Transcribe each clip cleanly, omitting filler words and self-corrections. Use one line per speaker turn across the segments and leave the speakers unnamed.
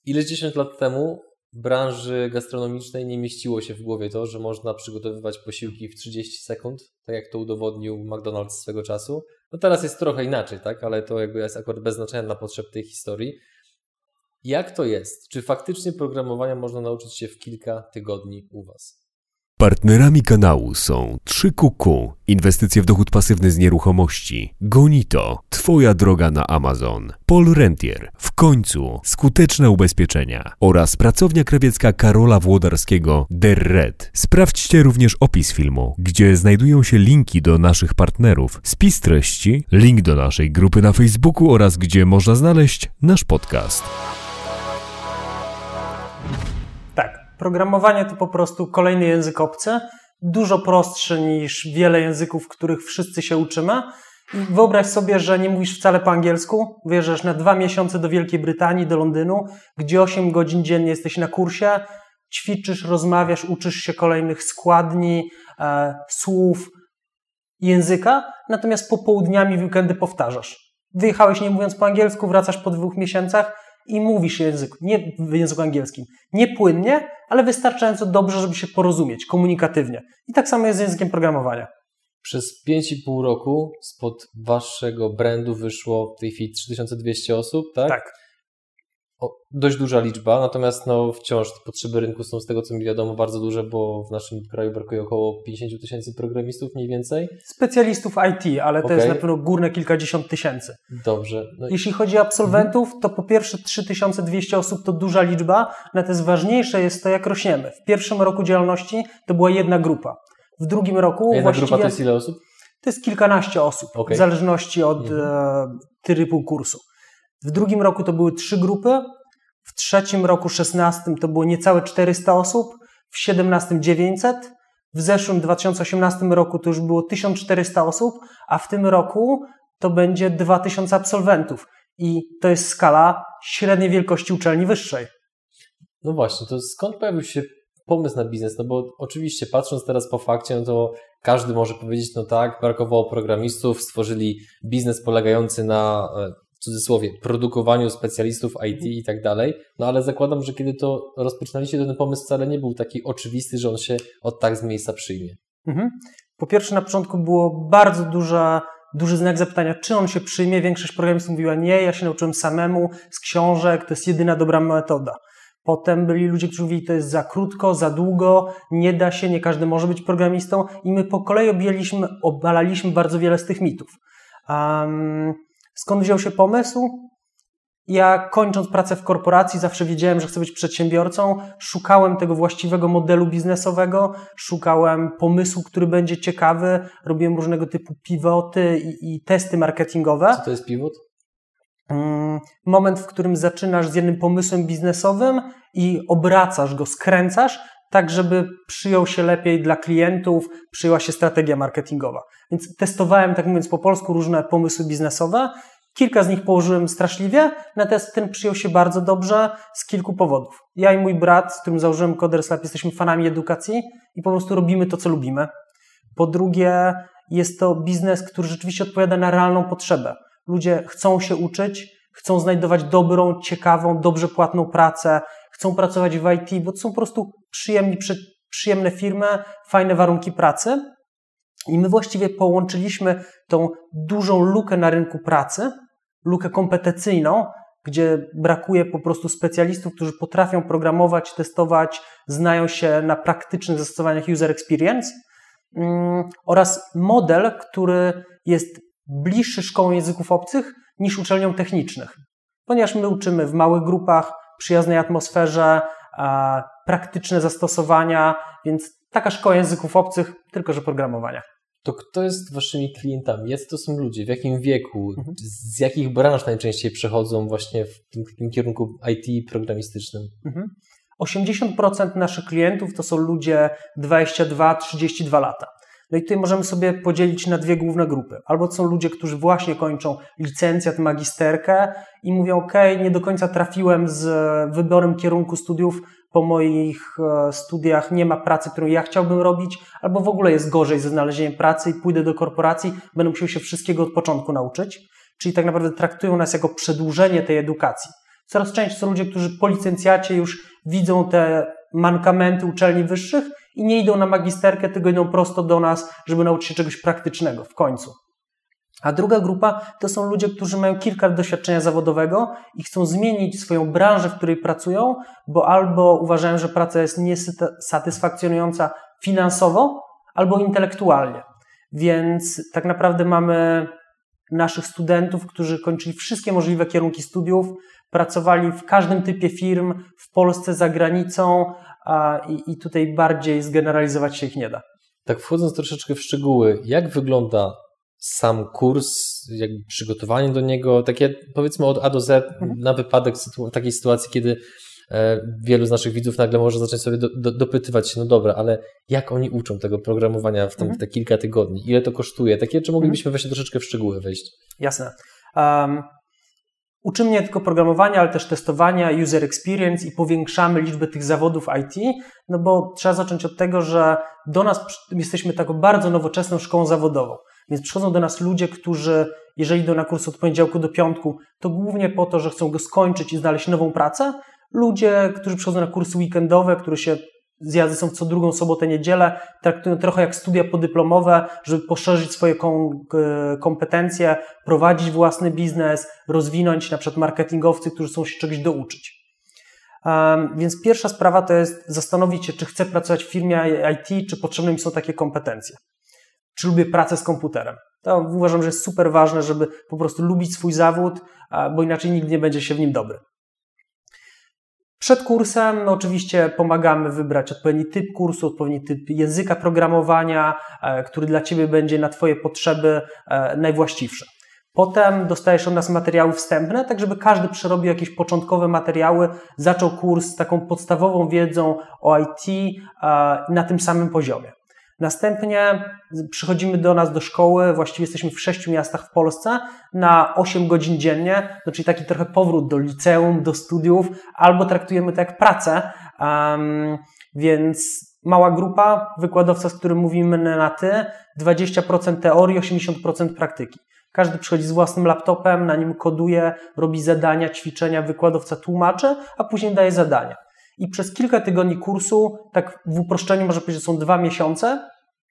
Ileś 10 lat temu w branży gastronomicznej nie mieściło się w głowie to, że można przygotowywać posiłki w 30 sekund, tak jak to udowodnił McDonald's swego czasu. No teraz jest trochę inaczej, tak? Ale to jakby jest akurat bez znaczenia dla potrzeb tej historii. Jak to jest? Czy faktycznie programowania można nauczyć się w kilka tygodni u Was?
Partnerami kanału są 3QQ, inwestycje w dochód pasywny z nieruchomości, Gonito, Twoja droga na Amazon, Paul Rentier, w końcu skuteczne ubezpieczenia oraz pracownia krawiecka Karola Włodarskiego Der Red. Sprawdźcie również opis filmu, gdzie znajdują się linki do naszych partnerów, spis treści, link do naszej grupy na Facebooku oraz gdzie można znaleźć nasz podcast.
Programowanie to po prostu kolejny język obcy, dużo prostszy niż wiele języków, których wszyscy się uczymy. I wyobraź sobie, że nie mówisz wcale po angielsku, wyjeżdżasz na 2 miesiące do Wielkiej Brytanii, do Londynu, gdzie 8 godzin dziennie jesteś na kursie, ćwiczysz, rozmawiasz, uczysz się kolejnych składni, słów, języka, natomiast popołudniami w weekendy powtarzasz. Wyjechałeś nie mówiąc po angielsku, wracasz po 2 miesiącach i mówisz nie w języku angielskim. Nie płynnie, ale wystarczająco dobrze, żeby się porozumieć, komunikatywnie. I tak samo jest z językiem programowania.
Przez 5,5 roku spod Waszego brandu wyszło w tej chwili 3200 osób, tak?
Tak.
Dość duża liczba, natomiast wciąż potrzeby rynku są z tego, co mi wiadomo, bardzo duże, bo w naszym kraju brakuje około 50 tysięcy programistów mniej więcej.
Specjalistów IT, ale to jest na pewno górne kilkadziesiąt tysięcy.
Dobrze.
Jeśli chodzi o absolwentów, to po pierwsze 3200 osób to duża liczba, natomiast ważniejsze jest to, jak rośniemy. W pierwszym roku działalności to była jedna grupa. W drugim roku
jedna grupa to jest ile osób?
To jest kilkanaście osób, w zależności od typu kursu. W drugim roku to były 3 grupy, w trzecim roku 16 to było niecałe 400 osób, w 17 900, w zeszłym 2018 roku to już było 1400 osób, a w tym roku to będzie 2000 absolwentów i to jest skala średniej wielkości uczelni wyższej.
No właśnie, to skąd pojawił się pomysł na biznes? No bo oczywiście patrząc teraz po fakcie, no to każdy może powiedzieć, no tak, brakowało programistów, stworzyli biznes polegający na, w cudzysłowie, produkowaniu specjalistów IT i tak dalej, no ale zakładam, że kiedy to rozpoczynaliście, to ten pomysł wcale nie był taki oczywisty, że on się tak z miejsca przyjmie.
Po pierwsze na początku było bardzo duży znak zapytania, czy on się przyjmie. Większość programistów mówiła nie, ja się nauczyłem samemu, z książek, to jest jedyna dobra metoda. Potem byli ludzie, którzy mówili, to jest za krótko, za długo, nie da się, nie każdy może być programistą i my po kolei obalaliśmy bardzo wiele z tych mitów. Skąd wziął się pomysł? Ja kończąc pracę w korporacji zawsze wiedziałem, że chcę być przedsiębiorcą, szukałem tego właściwego modelu biznesowego, szukałem pomysłu, który będzie ciekawy, robiłem różnego typu pivoty i testy marketingowe.
Co to jest pivot?
Moment, w którym zaczynasz z jednym pomysłem biznesowym i obracasz go, skręcasz, tak żeby przyjął się lepiej dla klientów, przyjęła się strategia marketingowa. Więc testowałem, tak mówiąc po polsku, różne pomysły biznesowe. Kilka z nich położyłem straszliwie, natomiast ten przyjął się bardzo dobrze z kilku powodów. Ja i mój brat, z którym założyłem Coders Lab, jesteśmy fanami edukacji i po prostu robimy to, co lubimy. Po drugie, jest to biznes, który rzeczywiście odpowiada na realną potrzebę. Ludzie chcą się uczyć, chcą znajdować dobrą, ciekawą, dobrze płatną pracę, chcą pracować w IT, bo to są po prostu przyjemne firmy, fajne warunki pracy. I my właściwie połączyliśmy tą dużą lukę na rynku pracy, lukę kompetencyjną, gdzie brakuje po prostu specjalistów, którzy potrafią programować, testować, znają się na praktycznych zastosowaniach user experience, oraz model, który jest bliższy szkołom języków obcych niż uczelniom technicznych. Ponieważ my uczymy w małych grupach, przyjaznej atmosferze, praktyczne zastosowania, więc taka szkoła języków obcych, tylko że programowania.
To kto jest waszymi klientami? Jacy to są ludzie? W jakim wieku? Z jakich branż najczęściej przechodzą właśnie w tym kierunku IT programistycznym?
80% naszych klientów to są ludzie 22-32 lata. No i tutaj możemy sobie podzielić na 2 główne grupy. Albo to są ludzie, którzy właśnie kończą licencjat, magisterkę i mówią, nie do końca trafiłem z wyborem kierunku studiów, po moich studiach nie ma pracy, którą ja chciałbym robić, albo w ogóle jest gorzej ze znalezieniem pracy i pójdę do korporacji, będę musiał się wszystkiego od początku nauczyć. Czyli tak naprawdę traktują nas jako przedłużenie tej edukacji. Coraz częściej są ludzie, którzy po licencjacie już widzą te mankamenty uczelni wyższych i nie idą na magisterkę, tylko idą prosto do nas, żeby nauczyć się czegoś praktycznego w końcu. A druga grupa to są ludzie, którzy mają kilka lat doświadczenia zawodowego i chcą zmienić swoją branżę, w której pracują, bo albo uważają, że praca jest niesatysfakcjonująca finansowo, albo intelektualnie. Więc tak naprawdę mamy naszych studentów, którzy kończyli wszystkie możliwe kierunki studiów, pracowali w każdym typie firm, w Polsce, za granicą i tutaj bardziej zgeneralizować się ich nie da.
Tak wchodząc troszeczkę w szczegóły, jak wygląda sam kurs, jakby przygotowanie do niego, takie powiedzmy od A do Z na wypadek takiej sytuacji, kiedy wielu z naszych widzów nagle może zacząć sobie dopytywać się, no dobra, ale jak oni uczą tego programowania w te kilka tygodni? Ile to kosztuje? Takie, czy moglibyśmy właśnie troszeczkę w szczegóły wejść?
Jasne. Uczymy nie tylko programowania, ale też testowania, user experience i powiększamy liczbę tych zawodów IT, no bo trzeba zacząć od tego, że do nas jesteśmy taką bardzo nowoczesną szkołą zawodową, więc przychodzą do nas ludzie, którzy jeżeli idą na kurs od poniedziałku do piątku, to głównie po to, że chcą go skończyć i znaleźć nową pracę. Ludzie, którzy przychodzą na kursy weekendowe, które się zjazdy są co drugą sobotę, niedzielę, traktują trochę jak studia podyplomowe, żeby poszerzyć swoje kompetencje, prowadzić własny biznes, rozwinąć na przykład marketingowcy, którzy chcą się czegoś douczyć. Więc pierwsza sprawa to jest zastanowić się, czy chcę pracować w firmie IT, czy potrzebne mi są takie kompetencje. Czy lubię pracę z komputerem. To uważam, że jest super ważne, żeby po prostu lubić swój zawód, bo inaczej nigdy nie będzie się w nim dobry. Przed kursem oczywiście pomagamy wybrać odpowiedni typ kursu, odpowiedni typ języka programowania, który dla Ciebie będzie na Twoje potrzeby najwłaściwszy. Potem dostajesz od nas materiały wstępne, tak żeby każdy przerobił jakieś początkowe materiały, zaczął kurs z taką podstawową wiedzą o IT na tym samym poziomie. Następnie przychodzimy do nas do szkoły, właściwie jesteśmy w 6 miastach w Polsce, na 8 godzin dziennie, czyli taki trochę powrót do liceum, do studiów, albo traktujemy to jak pracę, więc mała grupa, wykładowca, z którym mówimy na ty, 20% teorii, 80% praktyki. Każdy przychodzi z własnym laptopem, na nim koduje, robi zadania, ćwiczenia, wykładowca tłumaczy, a później daje zadania. I przez kilka tygodni kursu, tak w uproszczeniu można powiedzieć, że są 2 miesiące,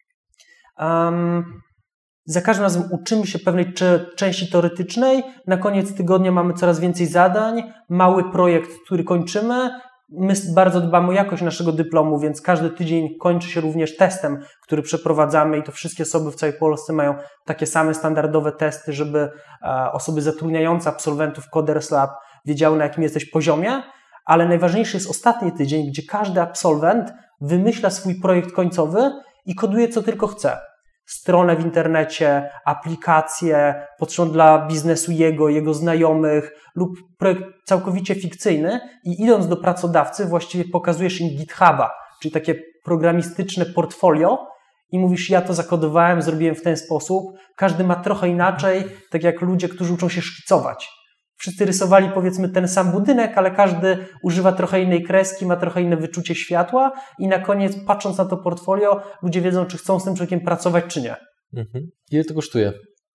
za każdym razem uczymy się pewnej części teoretycznej, na koniec tygodnia mamy coraz więcej zadań, mały projekt, który kończymy. My bardzo dbamy o jakość naszego dyplomu, więc każdy tydzień kończy się również testem, który przeprowadzamy i to wszystkie osoby w całej Polsce mają takie same standardowe testy, żeby osoby zatrudniające absolwentów Coders Lab wiedziały, na jakim jesteś poziomie. Ale najważniejszy jest ostatni tydzień, gdzie każdy absolwent wymyśla swój projekt końcowy i koduje co tylko chce. Stronę w internecie, aplikację, potrzebną dla biznesu jego znajomych lub projekt całkowicie fikcyjny i idąc do pracodawcy właściwie pokazujesz im GitHuba, czyli takie programistyczne portfolio i mówisz, ja to zakodowałem, zrobiłem w ten sposób. Każdy ma trochę inaczej, tak jak ludzie, którzy uczą się szkicować. Wszyscy rysowali powiedzmy ten sam budynek, ale każdy używa trochę innej kreski, ma trochę inne wyczucie światła i na koniec, patrząc na to portfolio, ludzie wiedzą, czy chcą z tym człowiekiem pracować, czy nie.
Ile to kosztuje?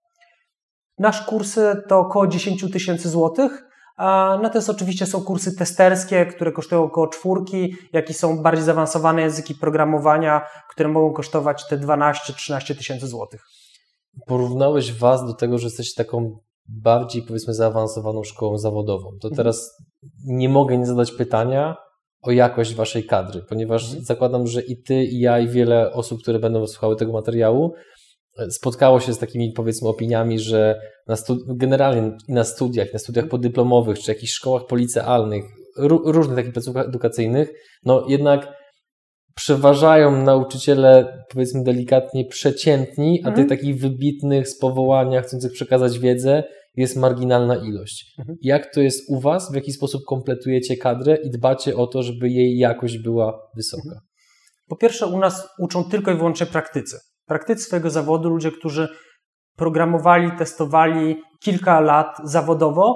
Nasz kursy to około 10 000 złotych. Natomiast oczywiście są kursy testerskie, które kosztują około 4, jak i są bardziej zaawansowane języki programowania, które mogą kosztować te 12-13 tysięcy złotych.
Porównałeś Was do tego, że jesteście taką bardziej, powiedzmy, zaawansowaną szkołą zawodową. To teraz nie mogę nie zadać pytania o jakość Waszej kadry, ponieważ zakładam, że i Ty, i ja, i wiele osób, które będą słuchały tego materiału, spotkało się z takimi, powiedzmy, opiniami, że generalnie na studiach podyplomowych, czy jakichś szkołach policealnych, różnych takich placówkach edukacyjnych, no jednak przeważają nauczyciele, powiedzmy delikatnie, przeciętni, a tych takich wybitnych z powołania, chcących przekazać wiedzę, jest marginalna ilość. Jak to jest u Was? W jaki sposób kompletujecie kadrę i dbacie o to, żeby jej jakość była wysoka?
Po pierwsze, u nas uczą tylko i wyłącznie praktycy swojego zawodu, ludzie, którzy programowali, testowali kilka lat zawodowo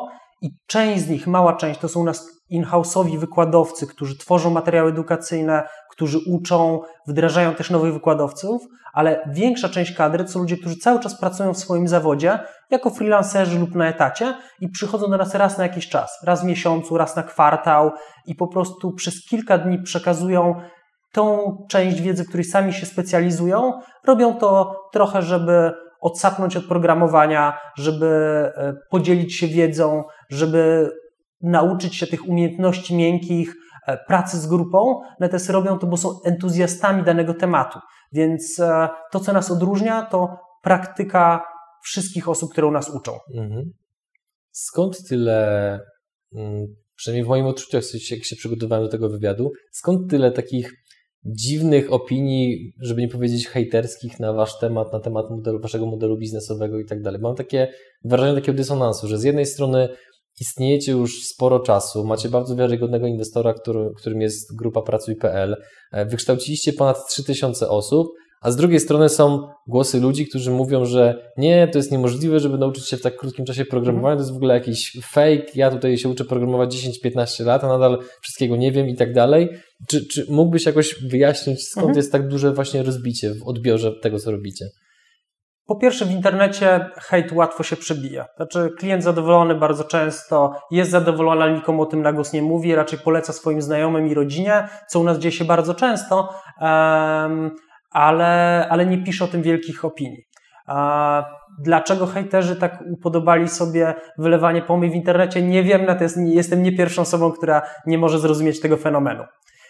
i część z nich, mała część, to są u nas in-house'owi wykładowcy, którzy tworzą materiały edukacyjne, którzy uczą, wdrażają też nowych wykładowców, ale większa część kadry to są ludzie, którzy cały czas pracują w swoim zawodzie jako freelancerzy lub na etacie i przychodzą do nas raz na jakiś czas, raz w miesiącu, raz na kwartał i po prostu przez kilka dni przekazują tą część wiedzy, w której sami się specjalizują. Robią to trochę, żeby odsapnąć od programowania, żeby podzielić się wiedzą, żeby nauczyć się tych umiejętności miękkich, pracy z grupą, natomiast robią to, bo są entuzjastami danego tematu. Więc to, co nas odróżnia, to praktyka wszystkich osób, które u nas uczą.
Skąd tyle, przynajmniej w moim odczuciu, jak się przygotowałem do tego wywiadu, skąd tyle takich dziwnych opinii, żeby nie powiedzieć hejterskich na wasz temat, na temat waszego modelu biznesowego i tak dalej? Mam takie wrażenie takiego dysonansu, że z jednej strony istniejecie już sporo czasu, macie bardzo wiarygodnego inwestora, którym jest grupa Pracuj.pl, wykształciliście ponad 3000 osób, a z drugiej strony są głosy ludzi, którzy mówią, że nie, to jest niemożliwe, żeby nauczyć się w tak krótkim czasie programowania, to jest w ogóle jakiś fake, ja tutaj się uczę programować 10-15 lat, a nadal wszystkiego nie wiem i tak dalej. Czy mógłbyś jakoś wyjaśnić, skąd jest tak duże właśnie rozbicie w odbiorze tego, co robicie?
Po pierwsze, w internecie hejt łatwo się przebija. Znaczy, klient zadowolony bardzo często jest zadowolony, ale nikomu o tym na głos nie mówi, raczej poleca swoim znajomym i rodzinie, co u nas dzieje się bardzo często, ale nie pisze o tym wielkich opinii. Dlaczego hejterzy tak upodobali sobie wylewanie pomyj w internecie? Nie wiem, natomiast jestem nie pierwszą osobą, która nie może zrozumieć tego fenomenu.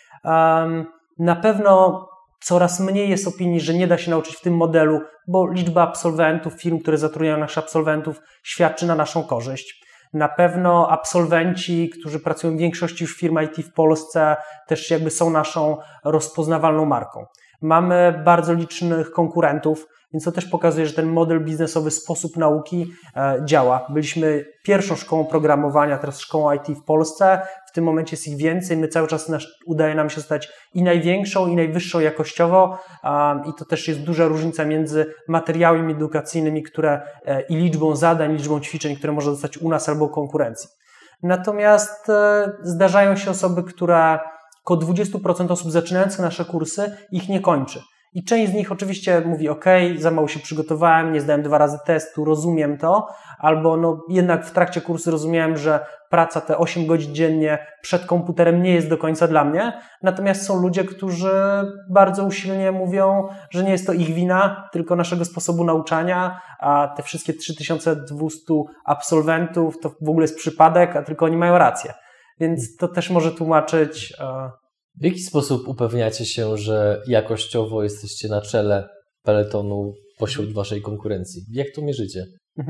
Na pewno coraz mniej jest opinii, że nie da się nauczyć w tym modelu, bo liczba absolwentów, firm, które zatrudniają naszych absolwentów, świadczy na naszą korzyść. Na pewno absolwenci, którzy pracują w większości już firm IT w Polsce, też jakby są naszą rozpoznawalną marką. Mamy bardzo licznych konkurentów, więc to też pokazuje, że ten model biznesowy, sposób nauki działa. Byliśmy pierwszą szkołą programowania, teraz szkołą IT w Polsce. W tym momencie jest ich więcej. My cały czas udaje nam się stać i największą, i najwyższą jakościowo. I to też jest duża różnica między materiałami edukacyjnymi, i liczbą zadań, liczbą ćwiczeń, które można dostać u nas albo konkurencji. Natomiast zdarzają się osoby, które około 20% osób zaczynających nasze kursy ich nie kończy. I część z nich oczywiście mówi, ok, za mało się przygotowałem, nie zdałem 2 razy testu, rozumiem to, albo jednak w trakcie kursu rozumiałem, że praca te 8 godzin dziennie przed komputerem nie jest do końca dla mnie, natomiast są ludzie, którzy bardzo usilnie mówią, że nie jest to ich wina, tylko naszego sposobu nauczania, a te wszystkie 3200 absolwentów to w ogóle jest przypadek, a tylko oni mają rację. Więc to też może tłumaczyć...
W jaki sposób upewniacie się, że jakościowo jesteście na czele peletonu pośród waszej konkurencji? Jak to mierzycie?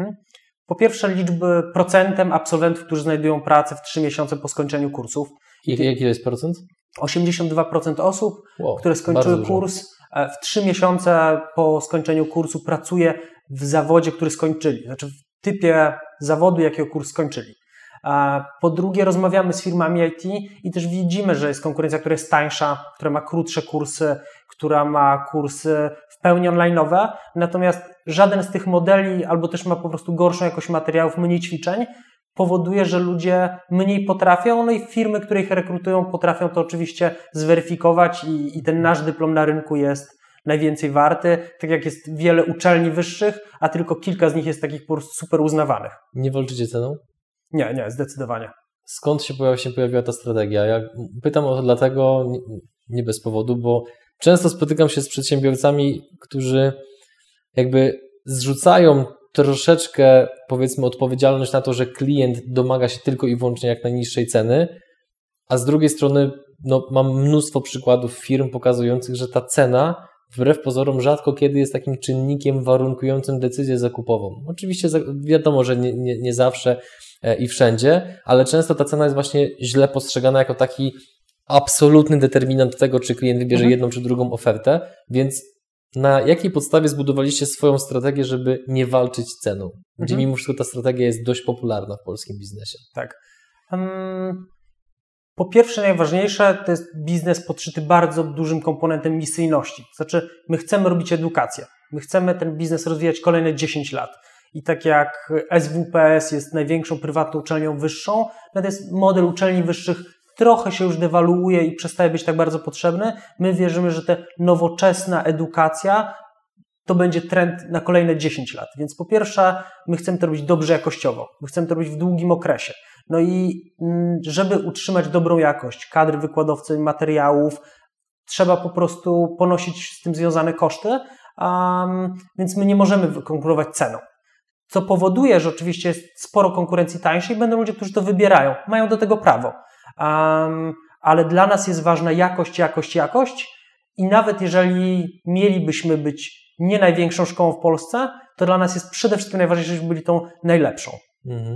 Po pierwsze procentem absolwentów, którzy znajdują pracę w 3 miesiące po skończeniu kursów.
Jaki jest procent?
82% osób, które skończyły kurs w 3 miesiące po skończeniu kursu pracuje w zawodzie, który skończyli. Znaczy w typie zawodu, jakiego kurs skończyli. Po drugie, rozmawiamy z firmami IT i też widzimy, że jest konkurencja, która jest tańsza, która ma krótsze kursy, która ma kursy w pełni online'owe, natomiast żaden z tych modeli albo też ma po prostu gorszą jakość materiałów, mniej ćwiczeń, powoduje, że ludzie mniej potrafią, i firmy, które ich rekrutują, potrafią to oczywiście zweryfikować i ten nasz dyplom na rynku jest najwięcej warty, tak jak jest wiele uczelni wyższych, a tylko kilka z nich jest takich po prostu super uznawanych.
Nie walczycie ceną?
Nie, zdecydowanie.
Skąd się pojawiła ta strategia? Ja pytam o to dlatego, nie bez powodu, bo często spotykam się z przedsiębiorcami, którzy jakby zrzucają troszeczkę, powiedzmy, odpowiedzialność na to, że klient domaga się tylko i wyłącznie jak najniższej ceny, a z drugiej strony mam mnóstwo przykładów firm pokazujących, że ta cena wbrew pozorom rzadko kiedy jest takim czynnikiem warunkującym decyzję zakupową. Oczywiście wiadomo, że nie zawsze i wszędzie, ale często ta cena jest właśnie źle postrzegana jako taki absolutny determinant tego, czy klient wybierze jedną czy drugą ofertę, więc na jakiej podstawie zbudowaliście swoją strategię, żeby nie walczyć ceną? Gdzie mimo wszystko ta strategia jest dość popularna w polskim biznesie.
Tak. Po pierwsze, najważniejsze to jest biznes podszyty bardzo dużym komponentem misyjności. Znaczy, my chcemy robić edukację. My chcemy ten biznes rozwijać kolejne 10 lat. I tak jak SWPS jest największą prywatną uczelnią wyższą, natomiast model uczelni wyższych trochę się już dewaluuje i przestaje być tak bardzo potrzebny. My wierzymy, że ta nowoczesna edukacja to będzie trend na kolejne 10 lat. Więc po pierwsze, my chcemy to robić dobrze jakościowo. My chcemy to robić w długim okresie. No i żeby utrzymać dobrą jakość kadry wykładowcy, materiałów, trzeba po prostu ponosić z tym związane koszty, więc my nie możemy konkurować ceną. Co powoduje, że oczywiście jest sporo konkurencji tańszej, będą ludzie, którzy to wybierają. Mają do tego prawo. Ale dla nas jest ważna jakość i nawet jeżeli mielibyśmy być nie największą szkołą w Polsce, to dla nas jest przede wszystkim najważniejsze, żebyśmy byli tą najlepszą.
Mhm.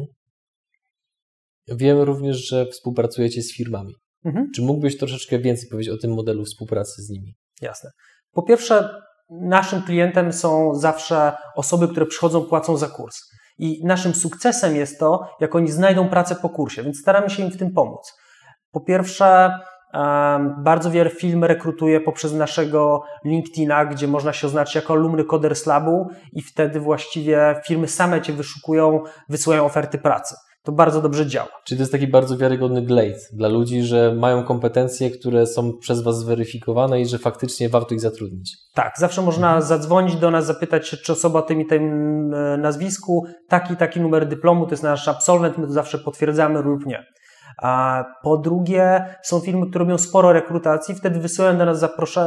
Wiem również, że współpracujecie z firmami. Czy mógłbyś troszeczkę więcej powiedzieć o tym modelu współpracy z nimi?
Jasne. Po pierwsze, naszym klientem są zawsze osoby, które przychodzą, płacą za kurs. I naszym sukcesem jest to, jak oni znajdą pracę po kursie, więc staramy się im w tym pomóc. Po pierwsze, bardzo wiele firm rekrutuje poprzez naszego LinkedIna, gdzie można się oznaczyć jako alumny Coders Labu i wtedy właściwie firmy same Cię wyszukują, wysyłają oferty pracy. To bardzo dobrze działa.
Czyli to jest taki bardzo wiarygodny glejt dla ludzi, że mają kompetencje, które są przez Was zweryfikowane i że faktycznie warto ich zatrudnić.
Tak, zawsze można zadzwonić do nas, zapytać się, czy osoba o tym i tym nazwisku, taki numer dyplomu, to jest nasz absolwent, my to zawsze potwierdzamy lub nie. A po drugie, są firmy, które robią sporo rekrutacji, wtedy wysyłają do nas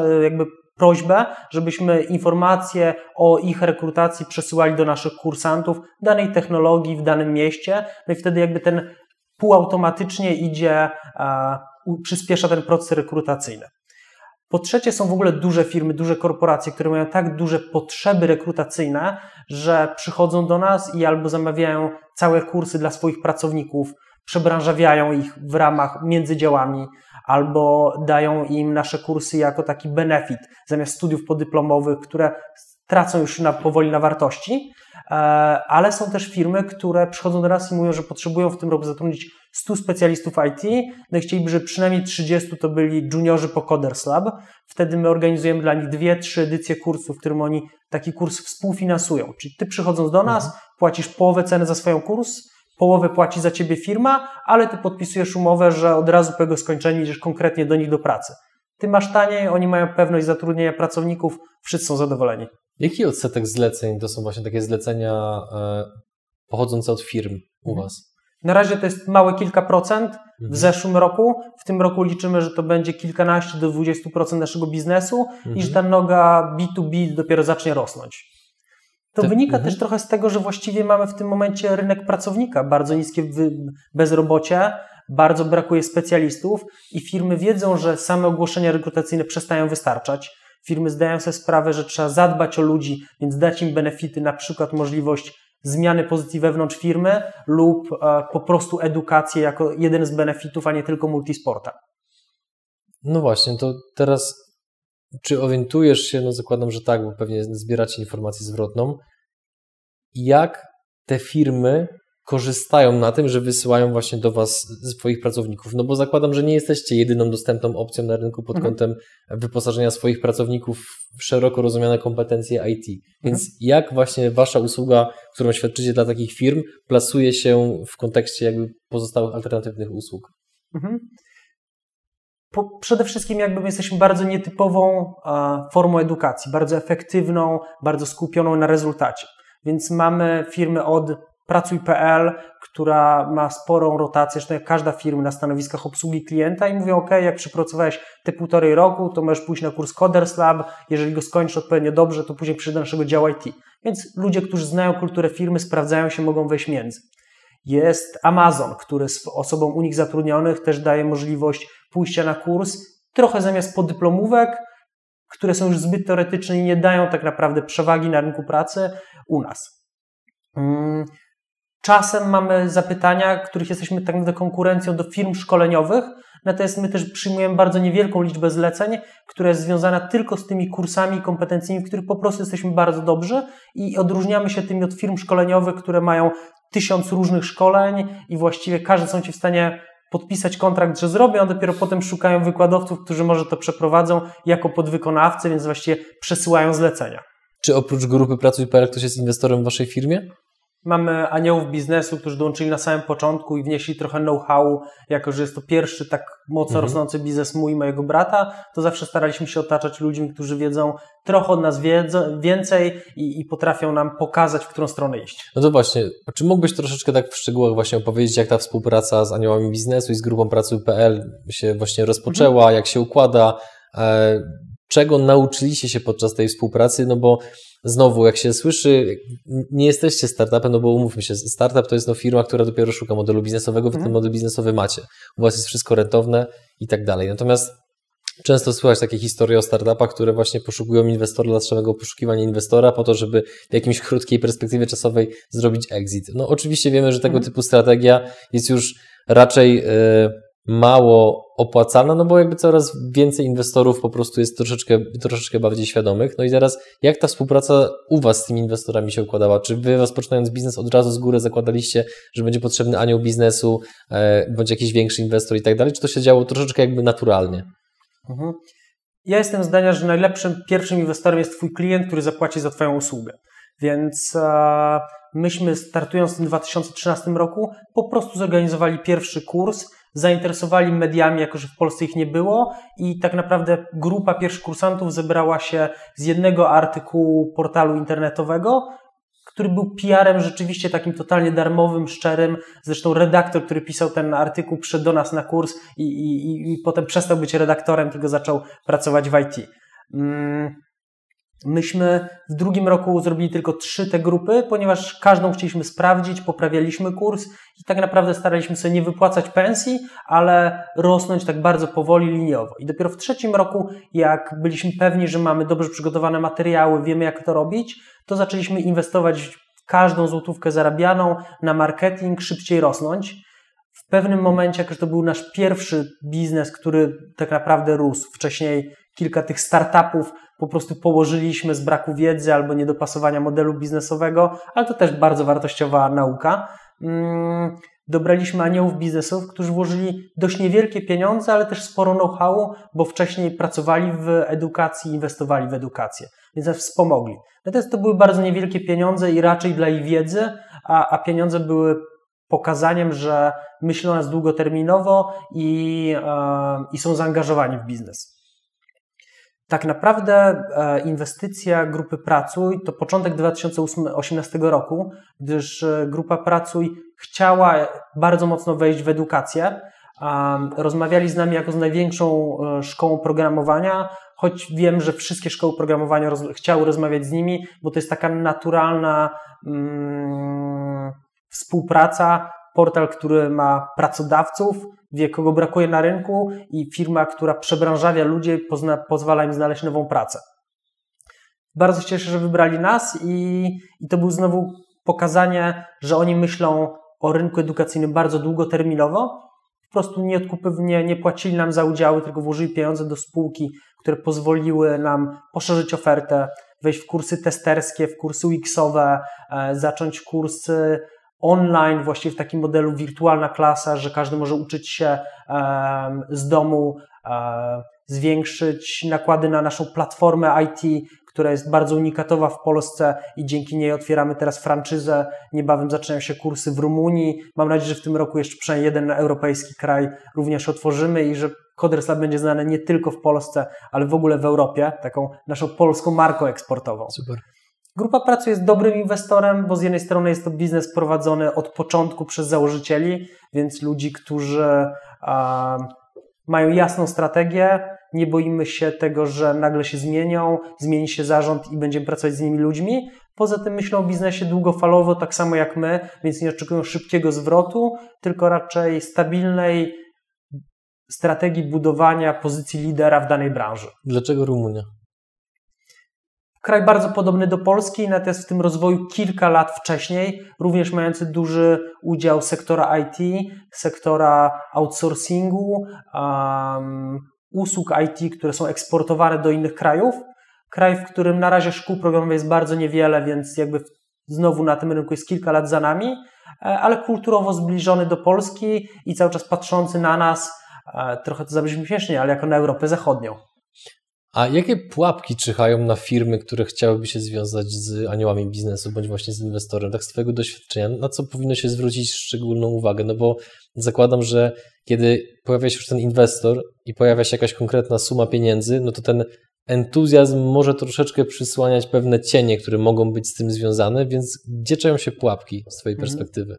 prośbę, żebyśmy informacje o ich rekrutacji przesyłali do naszych kursantów danej technologii w danym mieście, no i wtedy ten półautomatycznie idzie, przyspiesza ten proces rekrutacyjny. Po trzecie, są w ogóle duże firmy, duże korporacje, które mają tak duże potrzeby rekrutacyjne, że przychodzą do nas i albo zamawiają całe kursy dla swoich pracowników, przebranżawiają ich w ramach między działami, albo dają im nasze kursy jako taki benefit zamiast studiów podyplomowych, które tracą już powoli na wartości, ale są też firmy, które przychodzą do nas i mówią, że potrzebują w tym roku zatrudnić 100 specjalistów IT, no i chcieliby, żeby przynajmniej 30 to byli juniorzy po Coders Lab. Wtedy my organizujemy dla nich 2-3 edycje kursów, w którym oni taki kurs współfinansują. Czyli ty przychodząc do nas, płacisz połowę ceny za swoją kurs, połowę płaci za ciebie firma, ale ty podpisujesz umowę, że od razu po jego skończeniu idziesz konkretnie do nich do pracy. Ty masz taniej, oni mają pewność zatrudnienia pracowników, wszyscy są zadowoleni.
Jaki odsetek zleceń to są właśnie takie zlecenia pochodzące od firm u Was?
Na razie to jest małe kilka procent w zeszłym roku. W tym roku liczymy, że to będzie kilkanaście do 20% naszego biznesu i że ta noga B2B dopiero zacznie rosnąć. To wynika też trochę z tego, że właściwie mamy w tym momencie rynek pracownika, bardzo niskie bezrobocie, bardzo brakuje specjalistów i firmy wiedzą, że same ogłoszenia rekrutacyjne przestają wystarczać. Firmy zdają sobie sprawę, że trzeba zadbać o ludzi, więc dać im benefity, na przykład możliwość zmiany pozycji wewnątrz firmy lub po prostu edukację jako jeden z benefitów, a nie tylko multisporta.
No właśnie, to teraz czy orientujesz się, no zakładam, że tak, bo pewnie zbieracie informację zwrotną, jak te firmy korzystają na tym, że wysyłają właśnie do Was swoich pracowników? No bo zakładam, że nie jesteście jedyną dostępną opcją na rynku pod kątem wyposażenia swoich pracowników w szeroko rozumiane kompetencje IT. Więc jak właśnie Wasza usługa, którą świadczycie dla takich firm, plasuje się w kontekście jakby pozostałych alternatywnych usług?
Przede wszystkim my jesteśmy bardzo nietypową formą edukacji, bardzo efektywną, bardzo skupioną na rezultacie. Więc mamy firmy od Pracuj.pl, która ma sporą rotację, zresztą jak każda firma na stanowiskach obsługi klienta i mówią, ok, jak przepracowałeś te 1,5 roku, to możesz pójść na kurs Coders Lab, jeżeli go skończysz odpowiednio dobrze, to później przyjdzie do naszego działu IT. Więc ludzie, którzy znają kulturę firmy, sprawdzają się, mogą wejść między. Jest Amazon, który osobom u nich zatrudnionych też daje możliwość pójścia na kurs, trochę zamiast podyplomówek, które są już zbyt teoretyczne i nie dają tak naprawdę przewagi na rynku pracy u nas. Czasem mamy zapytania, których jesteśmy tak naprawdę konkurencją do firm szkoleniowych, natomiast my też przyjmujemy bardzo niewielką liczbę zleceń, która jest związana tylko z tymi kursami i kompetencjami, w których po prostu jesteśmy bardzo dobrzy i odróżniamy się tymi od firm szkoleniowych, które mają 1000 różnych szkoleń i właściwie każdy są Ci w stanie podpisać kontrakt, że zrobią, a dopiero potem szukają wykładowców, którzy może to przeprowadzą jako podwykonawcy, więc właściwie przesyłają zlecenia.
Czy oprócz grupy Pracuj.pl ktoś jest inwestorem w Waszej firmie?
Mamy aniołów biznesu, którzy dołączyli na samym początku i wnieśli trochę know-how, jako że jest to pierwszy tak mocno rosnący biznes mój i mojego brata, to zawsze staraliśmy się otaczać ludźmi, którzy wiedzą trochę od nas więcej i potrafią nam pokazać, w którą stronę iść.
No to właśnie, czy mógłbyś troszeczkę tak w szczegółach właśnie opowiedzieć, jak ta współpraca z aniołami biznesu i z grupą Pracuj.pl się właśnie rozpoczęła, jak się układa, czego nauczyliście się podczas tej współpracy, no bo znowu, jak się słyszy, nie jesteście startupem, no bo umówmy się, startup to jest firma, która dopiero szuka modelu biznesowego, wy ten model biznesowy macie. U was jest wszystko rentowne i tak dalej. Natomiast często słychać takie historie o startupach, które właśnie poszukują inwestora dla samego poszukiwania inwestora po to, żeby w jakimś krótkiej perspektywie czasowej zrobić exit. No oczywiście wiemy, że tego typu strategia jest już raczej mało opłacalna, no bo jakby coraz więcej inwestorów po prostu jest troszeczkę bardziej świadomych. No i teraz jak ta współpraca u was z tymi inwestorami się układała? Czy wy rozpoczynając biznes od razu z góry zakładaliście, że będzie potrzebny anioł biznesu, bądź jakiś większy inwestor i tak dalej? Czy to się działo troszeczkę jakby naturalnie?
Ja jestem zdania, że najlepszym pierwszym inwestorem jest twój klient, który zapłaci za twoją usługę. Więc myśmy startując w tym 2013 roku po prostu zorganizowali pierwszy kurs, zainteresowali mediami, jako że w Polsce ich nie było i tak naprawdę grupa pierwszych kursantów zebrała się z jednego artykułu portalu internetowego, który był PR-em rzeczywiście takim totalnie darmowym, szczerym. Zresztą redaktor, który pisał ten artykuł, przyszedł do nas na kurs i potem przestał być redaktorem, tylko zaczął pracować w IT. Myśmy w drugim roku zrobili tylko 3 te grupy, ponieważ każdą chcieliśmy sprawdzić, poprawialiśmy kurs i tak naprawdę staraliśmy się nie wypłacać pensji, ale rosnąć tak bardzo powoli, liniowo. I dopiero w trzecim roku, jak byliśmy pewni, że mamy dobrze przygotowane materiały, wiemy jak to robić, to zaczęliśmy inwestować w każdą złotówkę zarabianą na marketing, szybciej rosnąć. W pewnym momencie, jak to był nasz pierwszy biznes, który tak naprawdę rósł, wcześniej kilka tych startupów po prostu położyliśmy z braku wiedzy albo niedopasowania modelu biznesowego, ale to też bardzo wartościowa nauka. Dobraliśmy aniołów biznesów, którzy włożyli dość niewielkie pieniądze, ale też sporo know-how, bo wcześniej pracowali w edukacji, inwestowali w edukację, więc nas wspomogli. Natomiast to były bardzo niewielkie pieniądze i raczej dla ich wiedzy, a pieniądze były pokazaniem, że myślą o nas długoterminowo i są zaangażowani w biznes. Tak naprawdę inwestycja grupy Pracuj to początek 2018 roku, gdyż grupa Pracuj chciała bardzo mocno wejść w edukację. Rozmawiali z nami jako z największą szkołą programowania, choć wiem, że wszystkie szkoły programowania chciały rozmawiać z nimi, bo to jest taka naturalna współpraca. Portal, który ma pracodawców, wie kogo brakuje na rynku i firma, która przebranżawia ludzi, pozwala im znaleźć nową pracę. Bardzo się cieszę, że wybrali nas i to był znowu pokazanie, że oni myślą o rynku edukacyjnym bardzo długoterminowo. Po prostu nie płacili nam za udziały, tylko włożyli pieniądze do spółki, które pozwoliły nam poszerzyć ofertę, wejść w kursy testerskie, w kursy UX-owe, zacząć kursy online, właściwie w takim modelu wirtualna klasa, że każdy może uczyć się z domu, zwiększyć nakłady na naszą platformę IT, która jest bardzo unikatowa w Polsce i dzięki niej otwieramy teraz franczyzę. Niebawem zaczynają się kursy w Rumunii. Mam nadzieję, że w tym roku jeszcze przynajmniej jeden europejski kraj również otworzymy i że Coders Lab będzie znane nie tylko w Polsce, ale w ogóle w Europie, taką naszą polską marką eksportową.
Super.
Grupa Pracuj jest dobrym inwestorem, bo z jednej strony jest to biznes prowadzony od początku przez założycieli, więc ludzi, którzy mają jasną strategię, nie boimy się tego, że nagle się zmieni się zarząd i będziemy pracować z innymi ludźmi. Poza tym myślą o biznesie długofalowo, tak samo jak my, więc nie oczekują szybkiego zwrotu, tylko raczej stabilnej strategii budowania pozycji lidera w danej branży.
Dlaczego Rumunia?
Kraj bardzo podobny do Polski, natomiast w tym rozwoju kilka lat wcześniej, również mający duży udział sektora IT, sektora outsourcingu, usług IT, które są eksportowane do innych krajów. Kraj, w którym na razie szkół programowych jest bardzo niewiele, więc jakby znowu na tym rynku jest kilka lat za nami, ale kulturowo zbliżony do Polski i cały czas patrzący na nas, trochę to zabrzmi śmiesznie, ale jako na Europę Zachodnią.
A jakie pułapki czyhają na firmy, które chciałyby się związać z aniołami biznesu, bądź właśnie z inwestorem, tak z twojego doświadczenia, na co powinno się zwrócić szczególną uwagę? No bo zakładam, że kiedy pojawia się już ten inwestor i pojawia się jakaś konkretna suma pieniędzy, no to ten entuzjazm może troszeczkę przysłaniać pewne cienie, które mogą być z tym związane, więc gdzie czają się pułapki z twojej perspektywy?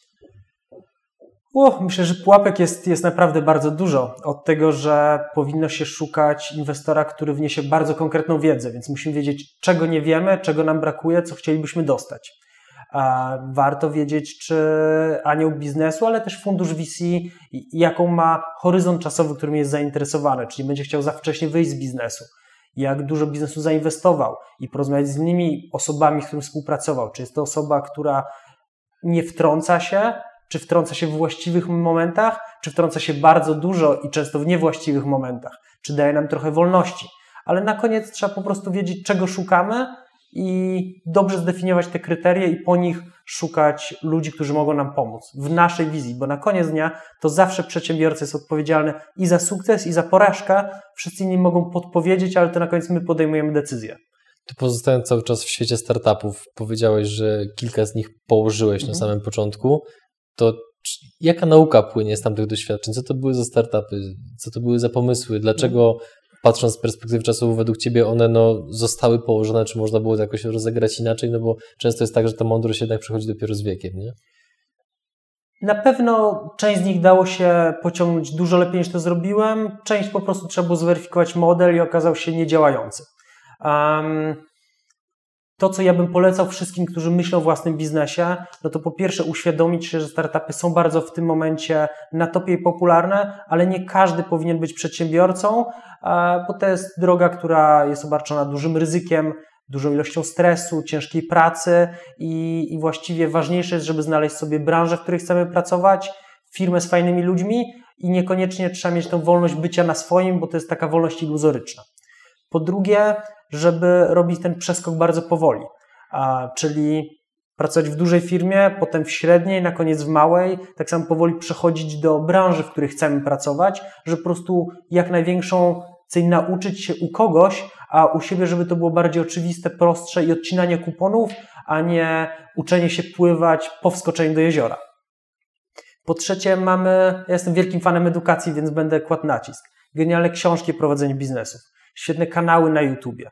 Myślę, że pułapek jest naprawdę bardzo dużo. Od tego, że powinno się szukać inwestora, który wniesie bardzo konkretną wiedzę, więc musimy wiedzieć, czego nie wiemy, czego nam brakuje, co chcielibyśmy dostać. Warto wiedzieć, czy anioł biznesu, ale też fundusz VC, jaką ma horyzont czasowy, którym jest zainteresowany, czyli będzie chciał za wcześnie wyjść z biznesu, jak dużo biznesu zainwestował i porozmawiać z innymi osobami, z którymi współpracował. Czy jest to osoba, która nie wtrąca się, czy wtrąca się w właściwych momentach, czy wtrąca się bardzo dużo i często w niewłaściwych momentach, czy daje nam trochę wolności. Ale na koniec trzeba po prostu wiedzieć, czego szukamy i dobrze zdefiniować te kryteria i po nich szukać ludzi, którzy mogą nam pomóc w naszej wizji, bo na koniec dnia to zawsze przedsiębiorca jest odpowiedzialny i za sukces, i za porażkę. Wszyscy inni mogą podpowiedzieć, ale to na koniec my podejmujemy decyzję.
Tu pozostając cały czas w świecie startupów, powiedziałeś, że kilka z nich położyłeś na samym początku. To jaka nauka płynie z tamtych doświadczeń? Co to były za startupy? Co to były za pomysły? Dlaczego, patrząc z perspektywy czasu, według Ciebie one zostały położone? Czy można było to jakoś rozegrać inaczej? No bo często jest tak, że ta mądrość jednak przychodzi dopiero z wiekiem, nie?
Na pewno część z nich dało się pociągnąć dużo lepiej niż to zrobiłem. Część po prostu trzeba było zweryfikować model i okazał się niedziałający. To, co ja bym polecał wszystkim, którzy myślą o własnym biznesie, no to po pierwsze uświadomić się, że startupy są bardzo w tym momencie na topie i popularne, ale nie każdy powinien być przedsiębiorcą, bo to jest droga, która jest obarczona dużym ryzykiem, dużą ilością stresu, ciężkiej pracy i właściwie ważniejsze jest, żeby znaleźć sobie branżę, w której chcemy pracować, firmę z fajnymi ludźmi i niekoniecznie trzeba mieć tę wolność bycia na swoim, bo to jest taka wolność iluzoryczna. Po drugie, żeby robić ten przeskok bardzo powoli, czyli pracować w dużej firmie, potem w średniej, na koniec w małej, tak samo powoli przechodzić do branży, w której chcemy pracować, żeby po prostu jak największą nauczyć się u kogoś, a u siebie, żeby to było bardziej oczywiste, prostsze i odcinanie kuponów, a nie uczenie się pływać po wskoczeniu do jeziora. Po trzecie ja jestem wielkim fanem edukacji, więc będę kładł nacisk. Genialne książki o prowadzeniu biznesów. Świetne kanały na YouTubie,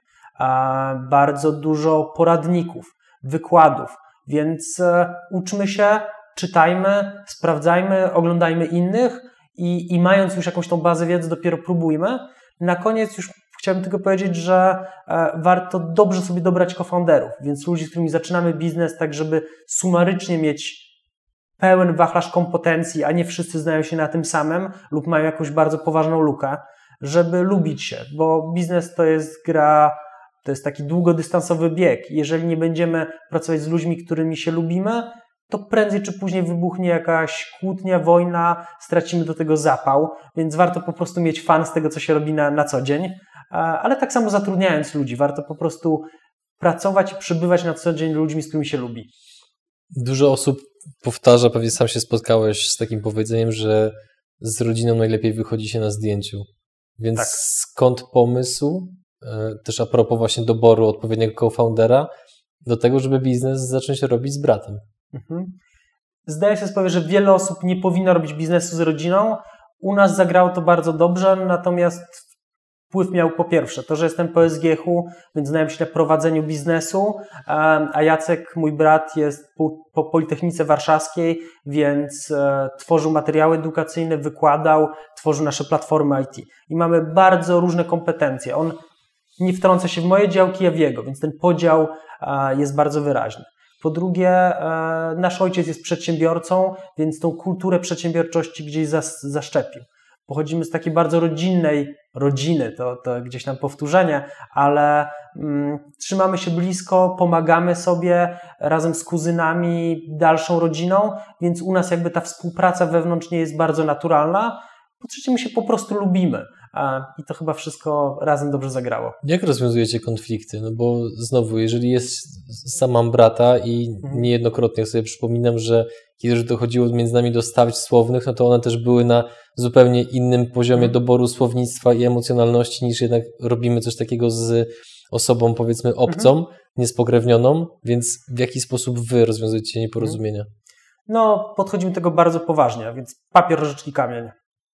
bardzo dużo poradników, wykładów, więc uczmy się, czytajmy, sprawdzajmy, oglądajmy innych i mając już jakąś tą bazę wiedzy, dopiero próbujmy. Na koniec już chciałbym tylko powiedzieć, że warto dobrze sobie dobrać co-founderów, więc ludzi, z którymi zaczynamy biznes, tak żeby sumarycznie mieć pełen wachlarz kompetencji, a nie wszyscy znają się na tym samym lub mają jakąś bardzo poważną lukę, żeby lubić się, bo biznes to jest gra, to jest taki długodystansowy bieg. Jeżeli nie będziemy pracować z ludźmi, którymi się lubimy, to prędzej czy później wybuchnie jakaś kłótnia, wojna, stracimy do tego zapał, więc warto po prostu mieć fan z tego, co się robi na co dzień, ale tak samo zatrudniając ludzi, warto po prostu pracować i przebywać na co dzień ludźmi, z którymi się lubi.
Dużo osób powtarza, pewnie sam się spotkałeś z takim powiedzeniem, że z rodziną najlepiej wychodzi się na zdjęciu. Więc tak. Skąd pomysł, też a propos właśnie doboru odpowiedniego co-foundera, do tego, żeby biznes zacząć robić z bratem?
Zdaję sobie sprawę, że wiele osób nie powinno robić biznesu z rodziną. U nas zagrało to bardzo dobrze, natomiast wpływ miał po pierwsze to, że jestem po SGH-u, więc znałem się na prowadzeniu biznesu, a Jacek, mój brat, jest po Politechnice Warszawskiej, więc tworzył materiały edukacyjne, wykładał, tworzył nasze platformy IT. I mamy bardzo różne kompetencje. On nie wtrąca się w moje działki, ja w jego, więc ten podział jest bardzo wyraźny. Po drugie, nasz ojciec jest przedsiębiorcą, więc tą kulturę przedsiębiorczości gdzieś zaszczepił. Pochodzimy z takiej bardzo rodzinnej rodziny, to gdzieś tam powtórzenie, ale trzymamy się blisko, pomagamy sobie razem z kuzynami, dalszą rodziną, więc u nas jakby ta współpraca wewnątrz nie jest bardzo naturalna. Po trzecie, my się po prostu lubimy, i to chyba wszystko razem dobrze zagrało.
Jak rozwiązujecie konflikty? No bo znowu, jeżeli sam mam brata i niejednokrotnie sobie przypominam, że kiedy już dochodziło między nami do starć słownych, no to one też były na zupełnie innym poziomie doboru słownictwa i emocjonalności, niż jednak robimy coś takiego z osobą, powiedzmy, obcą, niespokrewnioną, więc w jaki sposób wy rozwiązujecie nieporozumienia?
No, podchodzimy do tego bardzo poważnie, więc papier, nożyczki, kamień.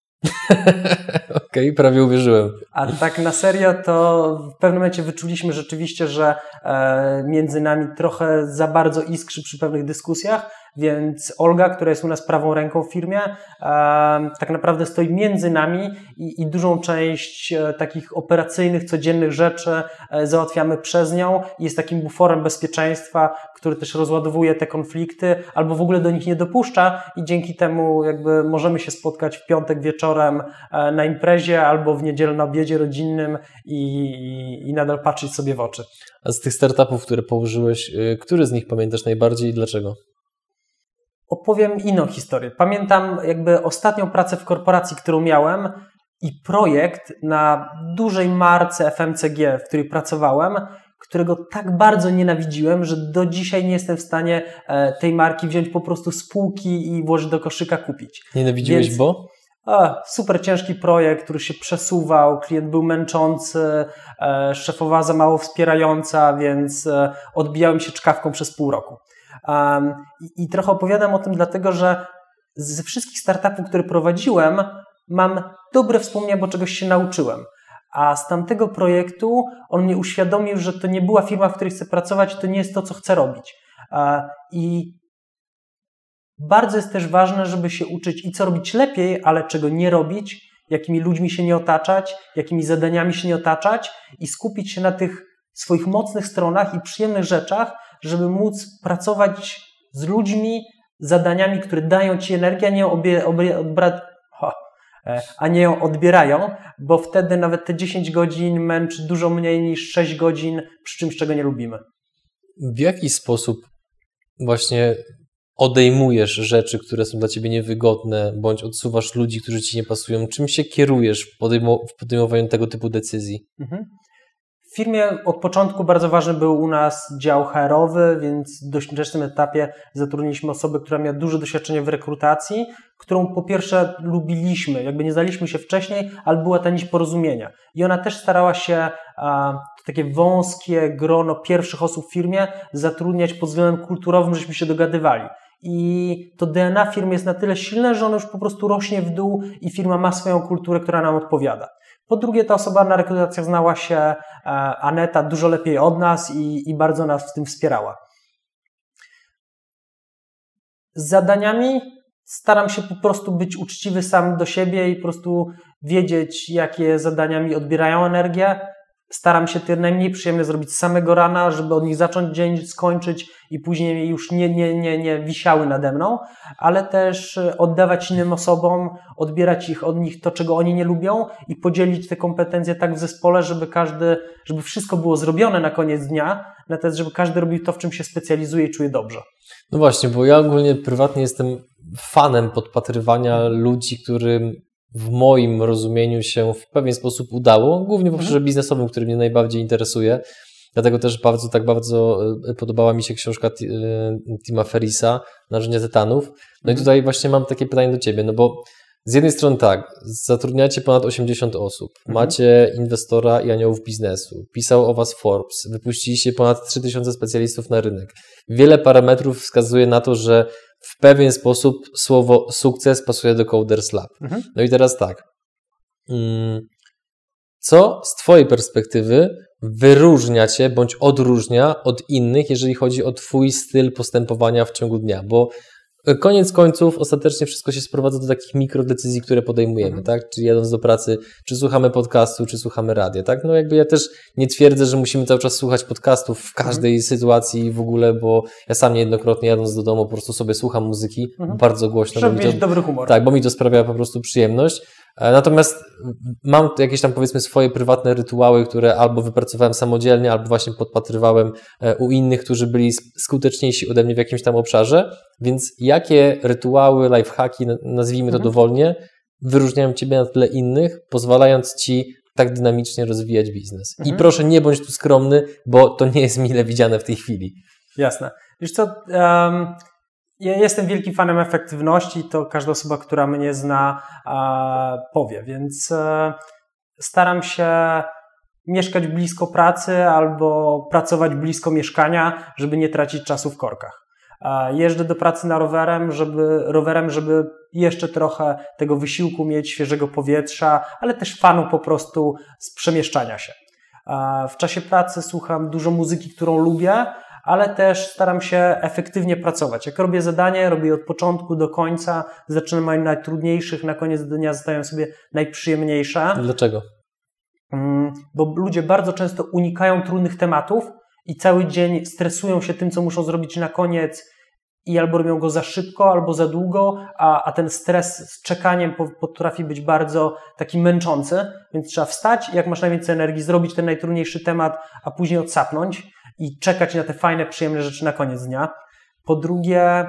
Okej, prawie uwierzyłem.
A tak na serio, to w pewnym momencie wyczuliśmy rzeczywiście, że między nami trochę za bardzo iskrzy przy pewnych dyskusjach, więc Olga, która jest u nas prawą ręką w firmie, tak naprawdę stoi między nami i dużą część takich operacyjnych, codziennych rzeczy załatwiamy przez nią. Jest takim buforem bezpieczeństwa, który też rozładowuje te konflikty albo w ogóle do nich nie dopuszcza i dzięki temu jakby możemy się spotkać w piątek wieczorem na imprezie albo w niedzielę na obiedzie rodzinnym i nadal patrzeć sobie w oczy.
A z tych startupów, które położyłeś, który z nich pamiętasz najbardziej i dlaczego?
Opowiem inną historię. Pamiętam jakby ostatnią pracę w korporacji, którą miałem i projekt na dużej marce FMCG, w której pracowałem, którego tak bardzo nienawidziłem, że do dzisiaj nie jestem w stanie tej marki wziąć po prostu z półki i włożyć do koszyka kupić.
Nienawidziłeś,
więc,
bo?
Super ciężki projekt, który się przesuwał, klient był męczący, szefowa za mało wspierająca, więc odbijałem się czkawką przez pół roku. I trochę opowiadam o tym dlatego, że ze wszystkich startupów, które prowadziłem, mam dobre wspomnienia, bo czegoś się nauczyłem. A z tamtego projektu on mnie uświadomił, że to nie była firma, w której chcę pracować, to nie jest to, co chcę robić. I bardzo jest też ważne, żeby się uczyć i co robić lepiej, ale czego nie robić, jakimi ludźmi się nie otaczać, jakimi zadaniami się nie otaczać i skupić się na tych swoich mocnych stronach i przyjemnych rzeczach, żeby móc pracować z ludźmi, zadaniami, które dają ci energię, a nie ją odbierają, bo wtedy nawet te 10 godzin męczy dużo mniej niż 6 godzin przy czymś, czego nie lubimy.
W jaki sposób właśnie odejmujesz rzeczy, które są dla ciebie niewygodne, bądź odsuwasz ludzi, którzy ci nie pasują? Czym się kierujesz w podejmowaniu tego typu decyzji?
W firmie od początku bardzo ważny był u nas dział HR-owy, więc w dość wczesnym etapie zatrudniliśmy osobę, która miała duże doświadczenie w rekrutacji, którą po pierwsze lubiliśmy, jakby nie znaliśmy się wcześniej, ale była ta nić porozumienia. I ona też starała się takie wąskie grono pierwszych osób w firmie zatrudniać pod względem kulturowym, żeśmy się dogadywali. I to DNA firmy jest na tyle silne, że ono już po prostu rośnie w dół i firma ma swoją kulturę, która nam odpowiada. Po drugie, ta osoba na rekrutacjach znała się, Aneta, dużo lepiej od nas i bardzo nas w tym wspierała. Z zadaniami staram się po prostu być uczciwy sam do siebie i po prostu wiedzieć, jakie zadania mi odbierają energię. Staram się te najmniej przyjemne zrobić z samego rana, żeby od nich zacząć dzień, skończyć i później już nie wisiały nade mną, ale też oddawać innym osobom, odbierać od nich to, czego oni nie lubią i podzielić te kompetencje tak w zespole, żeby wszystko było zrobione na koniec dnia, natomiast żeby każdy robił to, w czym się specjalizuje i czuje dobrze.
No właśnie, bo ja ogólnie prywatnie jestem fanem podpatrywania ludzi, którym w moim rozumieniu się w pewien sposób udało, głównie w obszarze biznesowym, który mnie najbardziej interesuje. Dlatego też bardzo podobała mi się książka Tima Ferrisa, Narzędzia Tytanów. No i tutaj właśnie mam takie pytanie do ciebie, no bo z jednej strony tak, zatrudniacie ponad 80 osób, macie inwestora i aniołów biznesu, pisał o was Forbes, wypuściliście ponad 3000 specjalistów na rynek. Wiele parametrów wskazuje na to, że w pewien sposób słowo sukces pasuje do Coders Lab. No i teraz tak, co z twojej perspektywy wyróżnia cię bądź odróżnia od innych, jeżeli chodzi o twój styl postępowania w ciągu dnia? Bo koniec końców ostatecznie wszystko się sprowadza do takich mikrodecyzji, które podejmujemy, tak? Czy jadąc do pracy, czy słuchamy podcastu, czy słuchamy radia, tak? No jakby ja też nie twierdzę, że musimy cały czas słuchać podcastów w każdej sytuacji w ogóle, bo ja sam niejednokrotnie jadąc do domu po prostu sobie słucham muzyki bardzo głośno.
Żeby mieć dobry humor.
Tak, bo mi to sprawia po prostu przyjemność. Natomiast mam jakieś tam powiedzmy swoje prywatne rytuały, które albo wypracowałem samodzielnie, albo właśnie podpatrywałem u innych, którzy byli skuteczniejsi ode mnie w jakimś tam obszarze. Więc jakie rytuały, lifehacki, nazwijmy to dowolnie, wyróżniają Ciebie na tle innych, pozwalając Ci tak dynamicznie rozwijać biznes. I proszę, nie bądź tu skromny, bo to nie jest mile widziane w tej chwili.
Jasne. Wiesz co, ja jestem wielkim fanem efektywności, to każda osoba, która mnie zna, powie, więc staram się mieszkać blisko pracy albo pracować blisko mieszkania, żeby nie tracić czasu w korkach. Jeżdżę do pracy na rowerem, żeby jeszcze trochę tego wysiłku mieć, świeżego powietrza, ale też fanu po prostu z przemieszczania się. W czasie pracy słucham dużo muzyki, którą lubię, ale też staram się efektywnie pracować. Jak robię zadanie, robię od początku do końca, zaczynam od najtrudniejszych, na koniec dnia zostają sobie najprzyjemniejsze.
Dlaczego?
Bo ludzie bardzo często unikają trudnych tematów i cały dzień stresują się tym, co muszą zrobić na koniec i albo robią go za szybko, albo za długo, a ten stres z czekaniem potrafi być bardzo taki męczący, więc trzeba wstać, jak masz najwięcej energii, zrobić ten najtrudniejszy temat, a później odsapnąć i czekać na te fajne, przyjemne rzeczy na koniec dnia. Po drugie,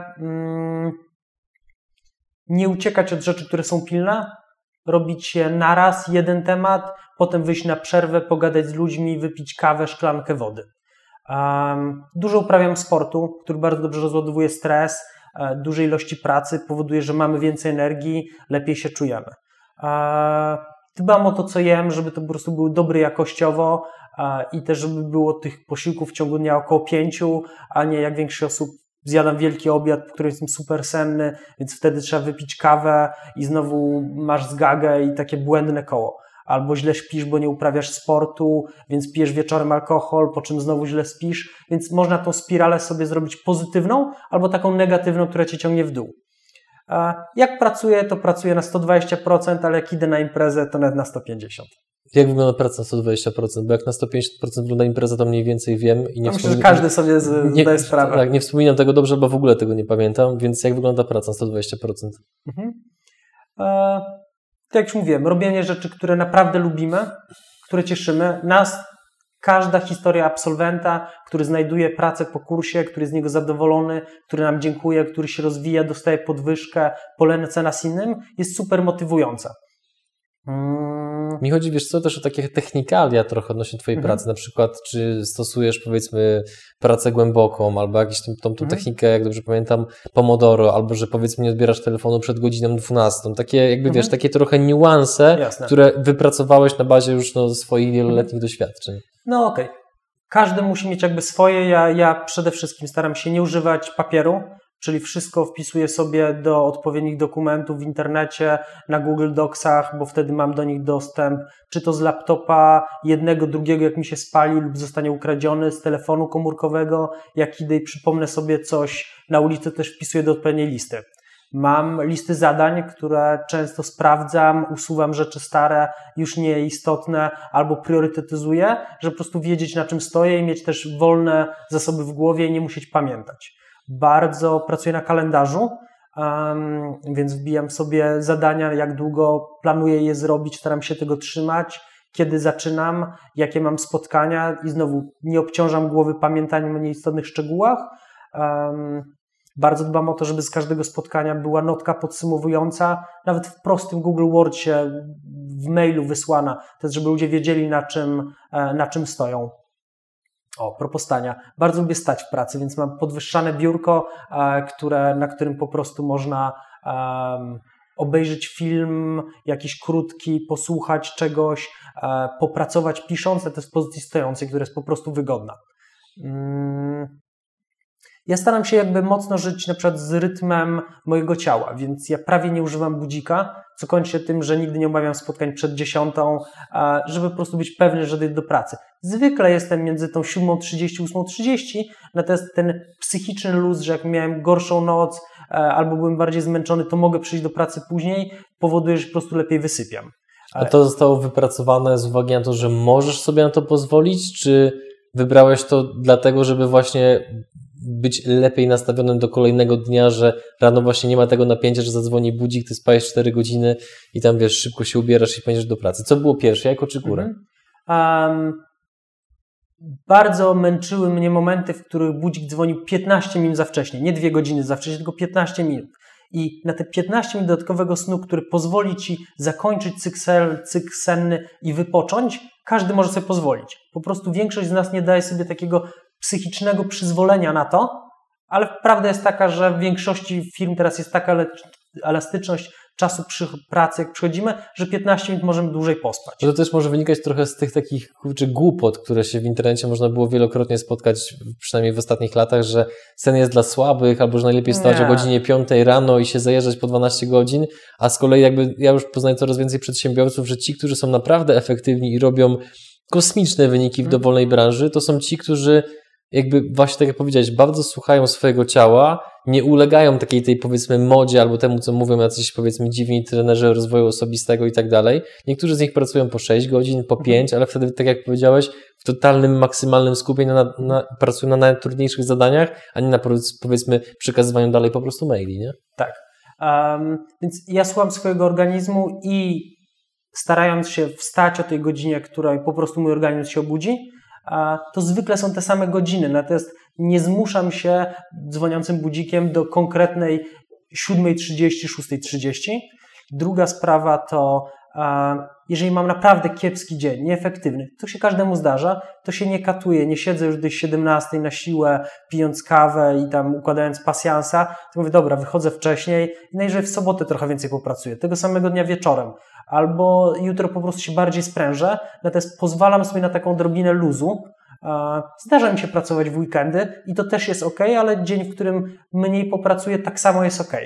nie uciekać od rzeczy, które są pilne, robić je naraz, jeden temat, potem wyjść na przerwę, pogadać z ludźmi, wypić kawę, szklankę wody. Dużo uprawiam sportu, który bardzo dobrze rozładowuje stres, duże ilości pracy, powoduje, że mamy więcej energii, lepiej się czujemy. Dbam o to, co jem, żeby to po prostu było dobre jakościowo i też, żeby było tych posiłków w ciągu dnia około 5, a nie jak większość osób zjadam wielki obiad, w którym jestem super senny, więc wtedy trzeba wypić kawę i znowu masz zgagę i takie błędne koło. Albo źle śpisz, bo nie uprawiasz sportu, więc pijesz wieczorem alkohol, po czym znowu źle śpisz, więc można tą spiralę sobie zrobić pozytywną albo taką negatywną, która cię ciągnie w dół. Jak pracuję, to pracuję na 120%, ale jak idę na imprezę, to nawet na 150%.
Jak wygląda praca na 120%? Bo jak na 150% wygląda impreza, to mniej więcej wiem. I nie
myślę, że każdy sobie zdaje sprawę.
Tak, nie wspominam tego dobrze, bo w ogóle tego nie pamiętam, więc jak wygląda praca na 120%?
Tak jak już mówiłem, robienie rzeczy, które naprawdę lubimy, które cieszymy. Nas, każda historia absolwenta, który znajduje pracę po kursie, który jest z niego zadowolony, który nam dziękuje, który się rozwija, dostaje podwyżkę, poleca nas innym, jest super motywująca.
Mi chodzi, wiesz co, też o takie technikalia trochę odnośnie Twojej pracy, na przykład czy stosujesz, powiedzmy, pracę głęboką, albo jakąś tą technikę, jak dobrze pamiętam, Pomodoro, albo że powiedzmy nie odbierasz telefonu przed godziną 12. Takie jakby, wiesz, takie trochę niuanse, które wypracowałeś na bazie już swoich wieloletnich doświadczeń.
No okej. Każdy musi mieć jakby swoje. Ja przede wszystkim staram się nie używać papieru, czyli wszystko wpisuję sobie do odpowiednich dokumentów w internecie, na Google Docsach, bo wtedy mam do nich dostęp, czy to z laptopa jednego, drugiego, jak mi się spali lub zostanie ukradziony, z telefonu komórkowego, jak idę i przypomnę sobie coś na ulicy, też wpisuję do odpowiedniej listy. Mam listy zadań, które często sprawdzam, usuwam rzeczy stare, już nieistotne, albo priorytetyzuję, żeby po prostu wiedzieć, na czym stoję i mieć też wolne zasoby w głowie i nie musieć pamiętać. Bardzo pracuję na kalendarzu, więc wbijam sobie zadania, jak długo planuję je zrobić, staram się tego trzymać, kiedy zaczynam, jakie mam spotkania i znowu nie obciążam głowy pamiętaniem o nieistotnych szczegółach. Bardzo dbam o to, żeby z każdego spotkania była notka podsumowująca, nawet w prostym Google Wordsie, w mailu wysłana, też żeby ludzie wiedzieli, na czym stoją. Propos stania. Bardzo lubię stać w pracy, więc mam podwyższane biurko, na którym po prostu można obejrzeć film jakiś krótki, posłuchać czegoś, popracować pisząc, ale też w pozycji stojącej, która jest po prostu wygodna. Ja staram się jakby mocno żyć na przykład z rytmem mojego ciała, więc ja prawie nie używam budzika, co kończy się tym, że nigdy nie umawiam spotkań przed 10, żeby po prostu być pewny, że idę do pracy. Zwykle jestem między tą 7:30 a 8:30, natomiast ten psychiczny luz, że jak miałem gorszą noc albo byłem bardziej zmęczony, to mogę przyjść do pracy później, powoduje, że po prostu lepiej wysypiam.
A to zostało wypracowane z uwagi na to, że możesz sobie na to pozwolić, czy wybrałeś to dlatego, żeby właśnie być lepiej nastawionym do kolejnego dnia, że rano właśnie nie ma tego napięcia, że zadzwoni budzik, ty spałeś 4 godziny i tam, wiesz, szybko się ubierasz i pędziesz do pracy. Co było pierwsze, jajko czy kura?
Bardzo męczyły mnie momenty, w których budzik dzwonił 15 minut za wcześnie, nie 2 godziny za wcześnie, tylko 15 minut. I na te 15 minut dodatkowego snu, który pozwoli Ci zakończyć cykl senny i wypocząć, każdy może sobie pozwolić. Po prostu większość z nas nie daje sobie takiego psychicznego przyzwolenia na to, ale prawda jest taka, że w większości firm teraz jest taka elastyczność czasu przy pracy, jak przychodzimy, że 15 minut możemy dłużej pospać.
To też może wynikać trochę z tych takich głupot, które się w internecie można było wielokrotnie spotkać, przynajmniej w ostatnich latach, że sen jest dla słabych, albo że najlepiej wstać o godzinie 5 rano i się zajeżdżać po 12 godzin, a z kolei ja już poznaję coraz więcej przedsiębiorców, że ci, którzy są naprawdę efektywni i robią kosmiczne wyniki w dowolnej branży, to są ci, którzy jakby właśnie tak jak powiedziałeś, bardzo słuchają swojego ciała, nie ulegają takiej tej powiedzmy modzie albo temu, co mówią jacyś powiedzmy dziwni trenerzy rozwoju osobistego i tak dalej. Niektórzy z nich pracują po 6 godzin, po 5, ale wtedy, tak jak powiedziałeś, w totalnym, maksymalnym skupieniu pracują na najtrudniejszych zadaniach, a nie na powiedzmy przekazywaniu dalej po prostu maili, nie?
Tak. Więc ja słucham swojego organizmu i starając się wstać o tej godzinie, której po prostu mój organizm się obudzi, to zwykle są te same godziny, natomiast nie zmuszam się dzwoniącym budzikiem do konkretnej 7:30, 6:30. Druga sprawa to, jeżeli mam naprawdę kiepski dzień, nieefektywny, to się każdemu zdarza, to się nie katuję, nie siedzę już do 17 na siłę, pijąc kawę i tam układając pasjansa, to mówię, dobra, wychodzę wcześniej i najwyżej w sobotę trochę więcej popracuję, tego samego dnia wieczorem, albo jutro po prostu się bardziej sprężę, natomiast pozwalam sobie na taką odrobinę luzu. Zdarza mi się pracować w weekendy i to też jest ok, ale dzień, w którym mniej popracuję, tak samo jest ok.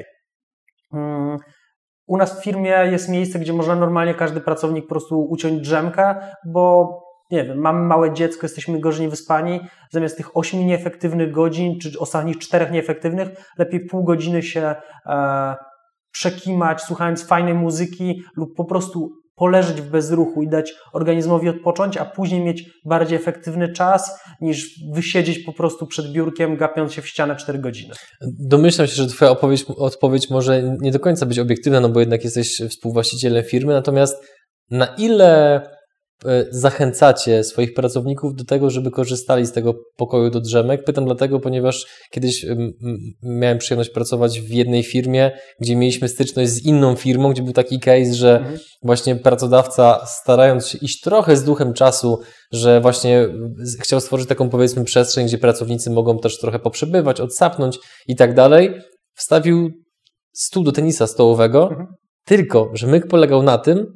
U nas w firmie jest miejsce, gdzie można normalnie każdy pracownik po prostu uciąć drzemkę, bo nie wiem, mamy małe dziecko, jesteśmy gorzej niewyspani, zamiast tych 8 nieefektywnych godzin, czy ostatnich 4 nieefektywnych, lepiej pół godziny się przekimać, słuchając fajnej muzyki lub po prostu poleżeć w bezruchu i dać organizmowi odpocząć, a później mieć bardziej efektywny czas, niż wysiedzieć po prostu przed biurkiem, gapiąc się w ścianę 4 godziny.
Domyślam się, że Twoja odpowiedź może nie do końca być obiektywna, no bo jednak jesteś współwłaścicielem firmy, natomiast na ile zachęcacie swoich pracowników do tego, żeby korzystali z tego pokoju do drzemek? Pytam dlatego, ponieważ kiedyś miałem przyjemność pracować w jednej firmie, gdzie mieliśmy styczność z inną firmą, gdzie był taki case, że właśnie pracodawca, starając się iść trochę z duchem czasu, że właśnie chciał stworzyć taką powiedzmy przestrzeń, gdzie pracownicy mogą też trochę poprzebywać, odsapnąć i tak dalej, wstawił stół do tenisa stołowego, tylko że myk polegał na tym,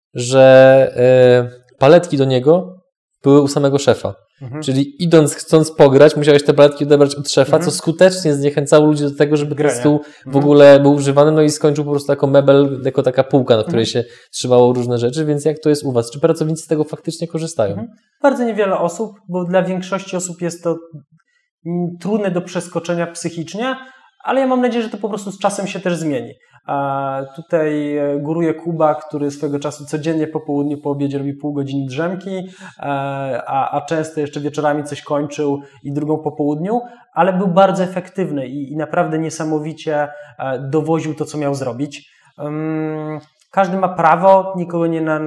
że paletki do niego były u samego szefa. Czyli chcąc pograć, musiałeś te paletki odebrać od szefa, co skutecznie zniechęcało ludzi do tego, żeby ten stół w ogóle był używany, no i skończył po prostu jako mebel, jako taka półka, na której się trzymało różne rzeczy, więc jak to jest u Was? Czy pracownicy z tego faktycznie korzystają?
Bardzo niewiele osób, bo dla większości osób jest to trudne do przeskoczenia psychicznie, ale ja mam nadzieję, że to po prostu z czasem się też zmieni. Tutaj góruje Kuba, który swego czasu codziennie po południu, po obiedzie robi pół godziny drzemki, a często jeszcze wieczorami coś kończył i drugą po południu, ale był bardzo efektywny i naprawdę niesamowicie dowoził to, co miał zrobić. Każdy ma prawo, nikogo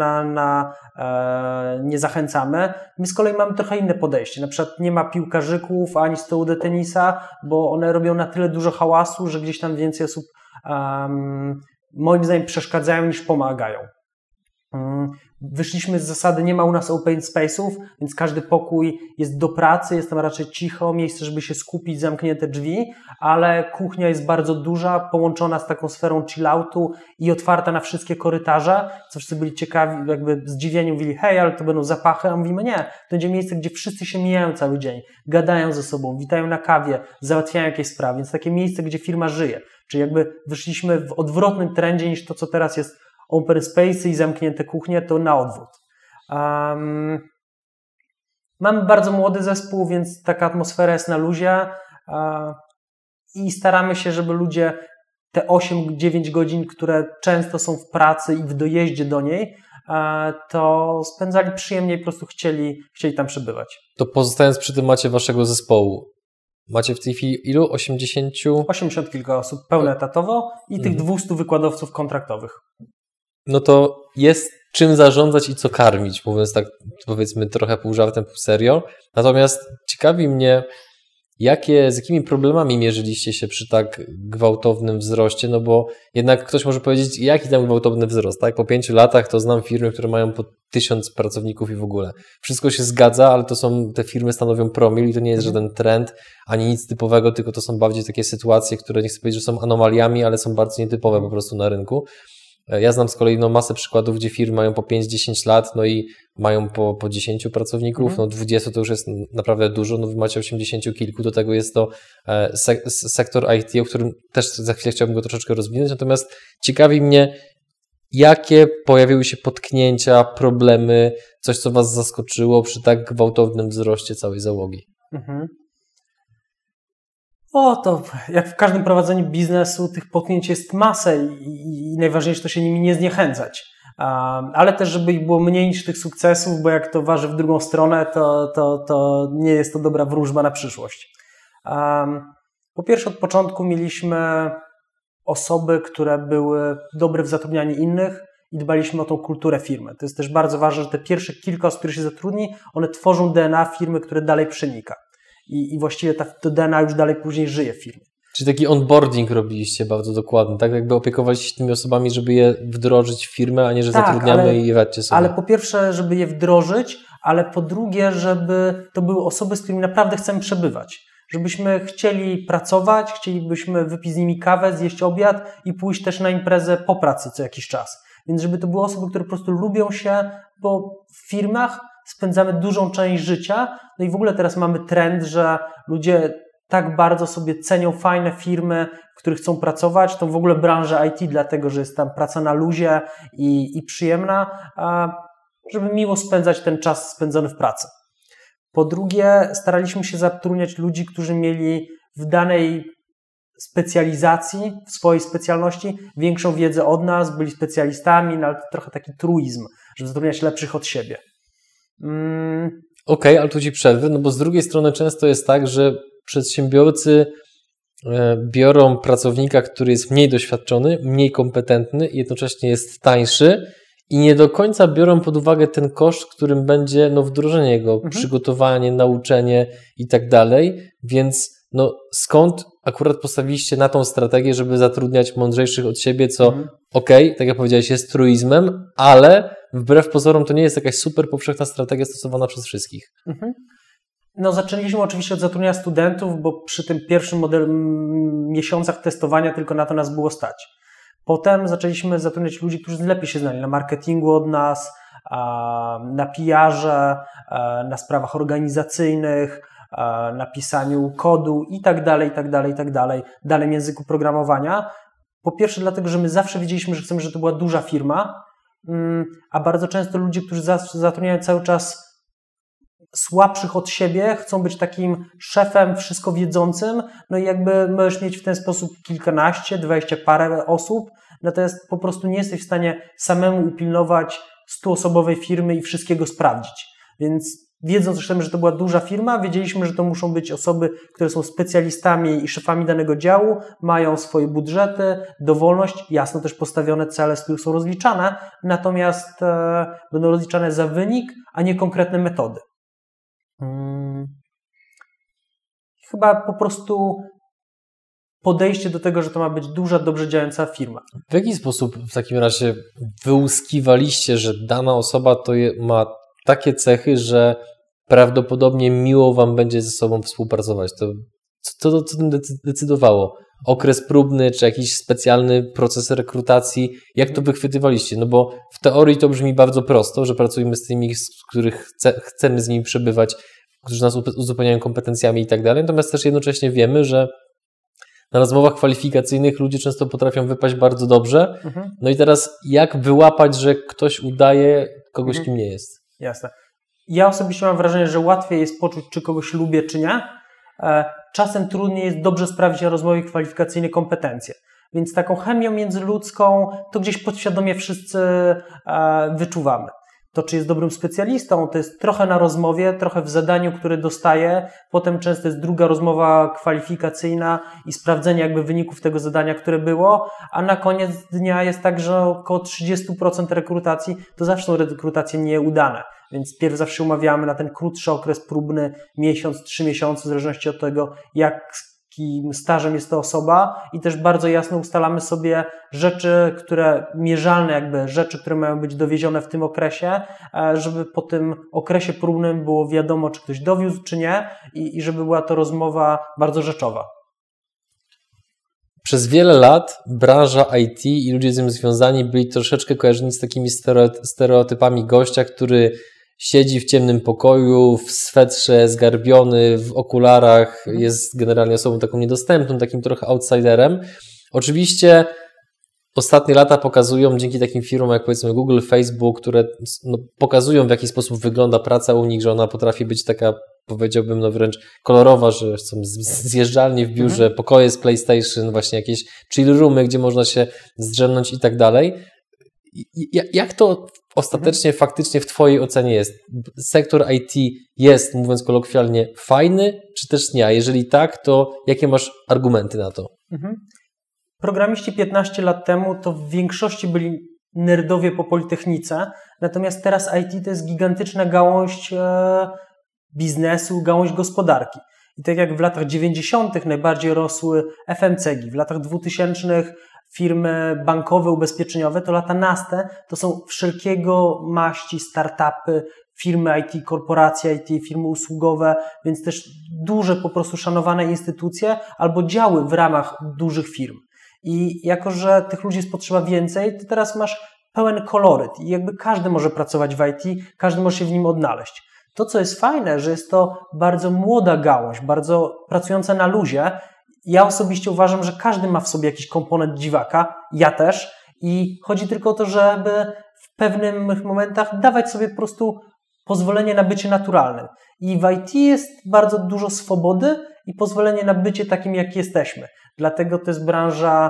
nie zachęcamy. My z kolei mamy trochę inne podejście. Na przykład nie ma piłkarzyków ani stołu do tenisa, bo one robią na tyle dużo hałasu, że gdzieś tam więcej osób moim zdaniem przeszkadzają niż pomagają. Wyszliśmy z zasady, nie ma u nas open space'ów, więc każdy pokój jest do pracy, jest tam raczej cicho, miejsce, żeby się skupić, zamknięte drzwi, ale kuchnia jest bardzo duża, połączona z taką sferą chilloutu i otwarta na wszystkie korytarze, co wszyscy byli ciekawi, jakby zdziwieni, mówili, hej, ale to będą zapachy, a mówimy, nie, to będzie miejsce, gdzie wszyscy się mijają cały dzień, gadają ze sobą, witają na kawie, załatwiają jakieś sprawy, więc takie miejsce, gdzie firma żyje, czyli jakby wyszliśmy w odwrotnym trendzie niż to, co teraz jest open space i zamknięte kuchnie, to na odwrót. Mamy bardzo młody zespół, więc taka atmosfera jest na luzie i staramy się, żeby ludzie te 8-9 godzin, które często są w pracy i w dojeździe do niej, to spędzali przyjemnie i po prostu chcieli tam przebywać.
To pozostając przy temacie waszego zespołu, macie w tej chwili ilu?
80 kilka osób pełnoetatowo i tych 200 wykładowców kontraktowych.
No to jest czym zarządzać i co karmić, mówiąc tak powiedzmy trochę pół żartem, pół serio. Natomiast ciekawi mnie, z jakimi problemami mierzyliście się przy tak gwałtownym wzroście? No bo jednak ktoś może powiedzieć, jaki tam gwałtowny wzrost, tak? Po 5 latach to znam firmy, które mają po 1000 pracowników i w ogóle. Wszystko się zgadza, ale te firmy stanowią promil i to nie jest żaden trend, ani nic typowego, tylko to są bardziej takie sytuacje, które nie chcę powiedzieć, że są anomaliami, ale są bardzo nietypowe po prostu na rynku. Ja znam z kolei masę przykładów, gdzie firmy mają po 5-10 lat, no i mają po 10 pracowników, no 20 to już jest naprawdę dużo, no wy macie 80 kilku, do tego jest to sektor IT, o którym też za chwilę chciałbym go troszeczkę rozwinąć, natomiast ciekawi mnie, jakie pojawiły się potknięcia, problemy, coś co was zaskoczyło przy tak gwałtownym wzroście całej załogi?
To jak w każdym prowadzeniu biznesu tych potknięć jest masę i najważniejsze to się nimi nie zniechęcać. Ale też, żeby ich było mniej niż tych sukcesów, bo jak to waży w drugą stronę, to nie jest to dobra wróżba na przyszłość. Po pierwsze, od początku mieliśmy osoby, które były dobre w zatrudnianiu innych i dbaliśmy o tą kulturę firmy. To jest też bardzo ważne, że te pierwsze kilka osób, które się zatrudni, one tworzą DNA firmy, które dalej przenika. I właściwie to DNA już dalej później żyje w firmie.
Czyli taki onboarding robiliście bardzo dokładny, tak? Jakby opiekowaliście się tymi osobami, żeby je wdrożyć w firmę, a nie, że zatrudniamy i radźcie sobie.
Ale po pierwsze, żeby je wdrożyć, ale po drugie, żeby to były osoby, z którymi naprawdę chcemy przebywać. Żebyśmy chcieli pracować, chcielibyśmy wypić z nimi kawę, zjeść obiad i pójść też na imprezę po pracy co jakiś czas. Więc żeby to były osoby, które po prostu lubią się, bo w firmach spędzamy dużą część życia. No i w ogóle teraz mamy trend, że ludzie tak bardzo sobie cenią fajne firmy, w których chcą pracować, tą w ogóle branżę IT, dlatego że jest tam praca na luzie i przyjemna, żeby miło spędzać ten czas spędzony w pracy. Po drugie, staraliśmy się zatrudniać ludzi, którzy mieli w danej specjalizacji, w swojej specjalności większą wiedzę od nas, byli specjalistami, no ale to trochę taki truizm, żeby zatrudniać lepszych od siebie.
Okej, ale tu ci przerwę, no bo z drugiej strony często jest tak, że przedsiębiorcy biorą pracownika, który jest mniej doświadczony, mniej kompetentny i jednocześnie jest tańszy i nie do końca biorą pod uwagę ten koszt, którym będzie wdrożenie jego, przygotowanie, nauczenie i tak dalej, więc skąd akurat postawiliście na tą strategię, żeby zatrudniać mądrzejszych od siebie, co tak jak powiedziałeś, jest truizmem, ale wbrew pozorom to nie jest jakaś super powszechna strategia stosowana przez wszystkich.
Zaczęliśmy oczywiście od zatrudniania studentów, bo przy tym pierwszym miesiącach testowania tylko na to nas było stać. Potem zaczęliśmy zatrudniać ludzi, którzy lepiej się znali na marketingu od nas, na PR-ze, na sprawach organizacyjnych, na pisaniu kodu i tak dalej, dalej w języku programowania. Po pierwsze dlatego, że my zawsze wiedzieliśmy, że chcemy, żeby to była duża firma, a bardzo często ludzie, którzy zatrudniają cały czas słabszych od siebie, chcą być takim szefem, wszystko wiedzącym, no i jakby możesz mieć w ten sposób kilkanaście, 20 parę osób, natomiast po prostu nie jesteś w stanie samemu upilnować 100-osobowej firmy i wszystkiego sprawdzić. Więc wiedząc, że to była duża firma, wiedzieliśmy, że to muszą być osoby, które są specjalistami i szefami danego działu, mają swoje budżety, dowolność, jasno też postawione cele, z których są rozliczane, natomiast będą rozliczane za wynik, a nie konkretne metody. Chyba po prostu podejście do tego, że to ma być duża, dobrze działająca firma.
W jaki sposób w takim razie wyłuskiwaliście, że dana osoba ma takie cechy, że prawdopodobnie miło wam będzie ze sobą współpracować? Co tym decydowało? Okres próbny, czy jakiś specjalny proces rekrutacji? Jak to wychwytywaliście? No bo w teorii to brzmi bardzo prosto, że pracujemy z tymi, z których chcemy z nimi przebywać, którzy nas uzupełniają kompetencjami i tak dalej, natomiast też jednocześnie wiemy, że na rozmowach kwalifikacyjnych ludzie często potrafią wypaść bardzo dobrze. No i teraz jak wyłapać, że ktoś udaje kogoś, kim nie jest?
Jasne. Ja osobiście mam wrażenie, że łatwiej jest poczuć, czy kogoś lubię, czy nie. Czasem trudniej jest dobrze sprawdzić na rozmowie kwalifikacyjnej kompetencje. Więc taką chemią międzyludzką to gdzieś podświadomie wszyscy wyczuwamy. To, czy jest dobrym specjalistą, to jest trochę na rozmowie, trochę w zadaniu, które dostaje. Potem często jest druga rozmowa kwalifikacyjna i sprawdzenie jakby wyników tego zadania, które było, a na koniec dnia jest tak, że około 30% rekrutacji to zawsze są rekrutacje nieudane. więc pierw zawsze umawiamy na ten krótszy okres próbny, miesiąc, 3 miesiące, w zależności od tego, jakim stażem jest to osoba i też bardzo jasno ustalamy sobie rzeczy, które mierzalne rzeczy, które mają być dowiezione w tym okresie, żeby po tym okresie próbnym było wiadomo, czy ktoś dowiózł, czy nie i żeby była to rozmowa bardzo rzeczowa.
Przez wiele lat branża IT i ludzie z tym związani byli troszeczkę kojarzeni z takimi stereotypami gościa, który siedzi w ciemnym pokoju, w swetrze, zgarbiony, w okularach, jest generalnie osobą taką niedostępną, takim trochę outsiderem. Oczywiście ostatnie lata pokazują, dzięki takim firmom jak powiedzmy Google, Facebook, które pokazują, w jaki sposób wygląda praca u nich, że ona potrafi być taka, powiedziałbym, wręcz kolorowa, że są zjeżdżalnie w biurze, pokoje z PlayStation, właśnie jakieś chill roomy, gdzie można się zdrzemnąć i tak dalej. Jak to ostatecznie, faktycznie w Twojej ocenie jest? Sektor IT jest, mówiąc kolokwialnie, fajny, czy też nie? A jeżeli tak, to jakie masz argumenty na to?
Programiści 15 lat temu to w większości byli nerdowie po Politechnice, natomiast teraz IT to jest gigantyczna gałąź biznesu, gałąź gospodarki. I tak jak w latach 90. najbardziej rosły FMCG, w latach 2000 firmy bankowe, ubezpieczeniowe, to lata naste to są wszelkiego maści startupy, firmy IT, korporacje IT, firmy usługowe, więc też duże po prostu szanowane instytucje albo działy w ramach dużych firm. I jako, że tych ludzi jest potrzeba więcej, to teraz masz pełen koloryt i każdy może pracować w IT, każdy może się w nim odnaleźć. To, co jest fajne, że jest to bardzo młoda gałąź, bardzo pracująca na luzie. Ja osobiście uważam, że każdy ma w sobie jakiś komponent dziwaka, ja też, i chodzi tylko o to, żeby w pewnych momentach dawać sobie po prostu pozwolenie na bycie naturalnym. I w IT jest bardzo dużo swobody i pozwolenie na bycie takim, jak jesteśmy. Dlatego to jest branża,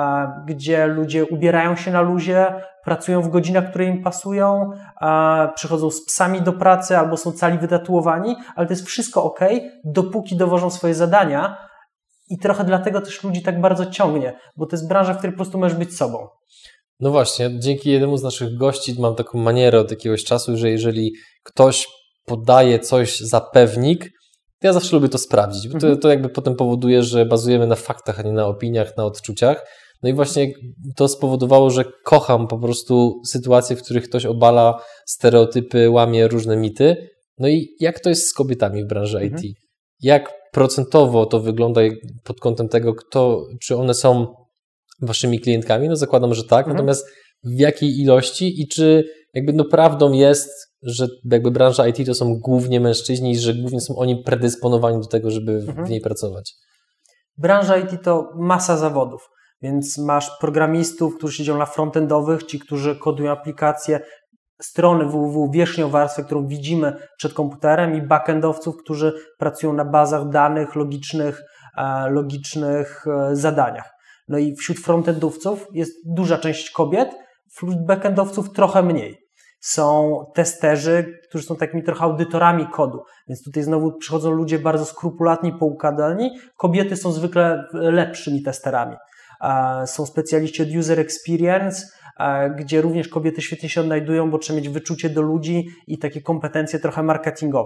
gdzie ludzie ubierają się na luzie, pracują w godzinach, które im pasują, przychodzą z psami do pracy albo są cali wytatuowani, ale to jest wszystko ok, dopóki dowożą swoje zadania i trochę dlatego też ludzi tak bardzo ciągnie, bo to jest branża, w której po prostu możesz być sobą.
No właśnie, dzięki jednemu z naszych gości mam taką manierę od jakiegoś czasu, że jeżeli ktoś podaje coś za pewnik, to ja zawsze lubię to sprawdzić, bo to potem powoduje, że bazujemy na faktach, a nie na opiniach, na odczuciach. No i właśnie to spowodowało, że kocham po prostu sytuacje, w których ktoś obala stereotypy, łamie różne mity. No i jak to jest z kobietami w branży IT? Jak procentowo to wygląda pod kątem tego, czy one są waszymi klientkami? No zakładam, że tak. Natomiast w jakiej ilości i czy prawdą jest, że branża IT to są głównie mężczyźni i że głównie są oni predysponowani do tego, żeby w niej pracować?
Branża IT to masa zawodów, więc masz programistów, którzy siedzą na frontendowych, ci, którzy kodują aplikacje, strony www, wierzchnią warstwę, którą widzimy przed komputerem i backendowców, którzy pracują na bazach danych, logicznych zadaniach. No i wśród frontendowców jest duża część kobiet, wśród backendowców trochę mniej. Są testerzy, którzy są takimi trochę audytorami kodu, więc tutaj znowu przychodzą ludzie bardzo skrupulatni, poukładani. Kobiety są zwykle lepszymi testerami. Są specjaliści od user experience, gdzie również kobiety świetnie się odnajdują, bo trzeba mieć wyczucie do ludzi i takie kompetencje trochę marketingowe.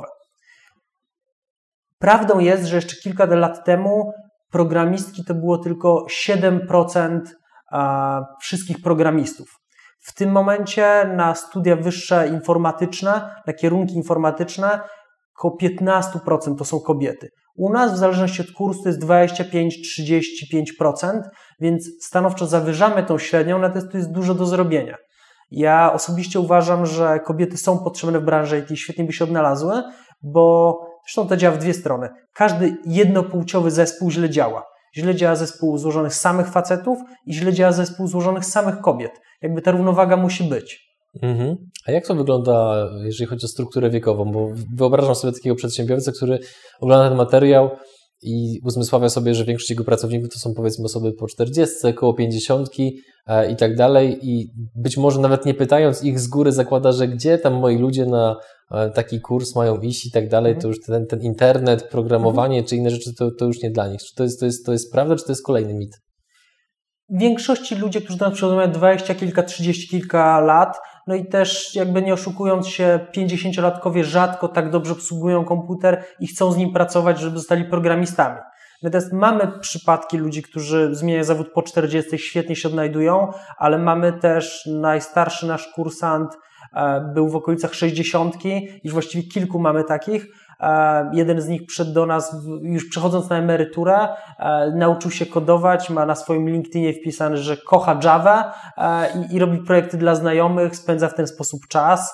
Prawdą jest, że jeszcze kilka lat temu programistki to było tylko 7% wszystkich programistów. W tym momencie na studia wyższe informatyczne, na kierunki informatyczne około 15% to są kobiety. U nas w zależności od kursu to jest 25-35%, więc stanowczo zawyżamy tą średnią, natomiast tu jest dużo do zrobienia. Ja osobiście uważam, że kobiety są potrzebne w branży IT i świetnie by się odnalazły, bo zresztą to działa w dwie strony. Każdy jednopłciowy zespół źle działa. Źle działa zespół złożonych z samych facetów i źle działa zespół złożonych z samych kobiet. Ta równowaga musi być.
A jak to wygląda, jeżeli chodzi o strukturę wiekową? Bo wyobrażam sobie takiego przedsiębiorcę, który ogląda ten materiał i uzmysławia sobie, że większość jego pracowników to są powiedzmy osoby po 40, koło 50 i tak dalej i być może nawet nie pytając ich z góry zakłada, że gdzie tam moi ludzie na taki kurs mają iść i tak dalej, to już ten internet, programowanie czy inne rzeczy to już nie dla nich. Czy to jest prawda, czy to jest kolejny mit?
W większości ludzie, którzy do nas przychodzą, mają 20 kilka, 30 kilka lat, no i też jakby nie oszukując się, 50-latkowie rzadko tak dobrze obsługują komputer i chcą z nim pracować, żeby zostali programistami. Natomiast mamy przypadki ludzi, którzy zmieniają zawód po 40, świetnie się odnajdują, ale mamy też najstarszy nasz kursant, był w okolicach 60 i właściwie kilku mamy takich. Jeden z nich przyszedł do nas, już przechodząc na emeryturę, nauczył się kodować, ma na swoim LinkedInie wpisane, że kocha Java i robi projekty dla znajomych, spędza w ten sposób czas.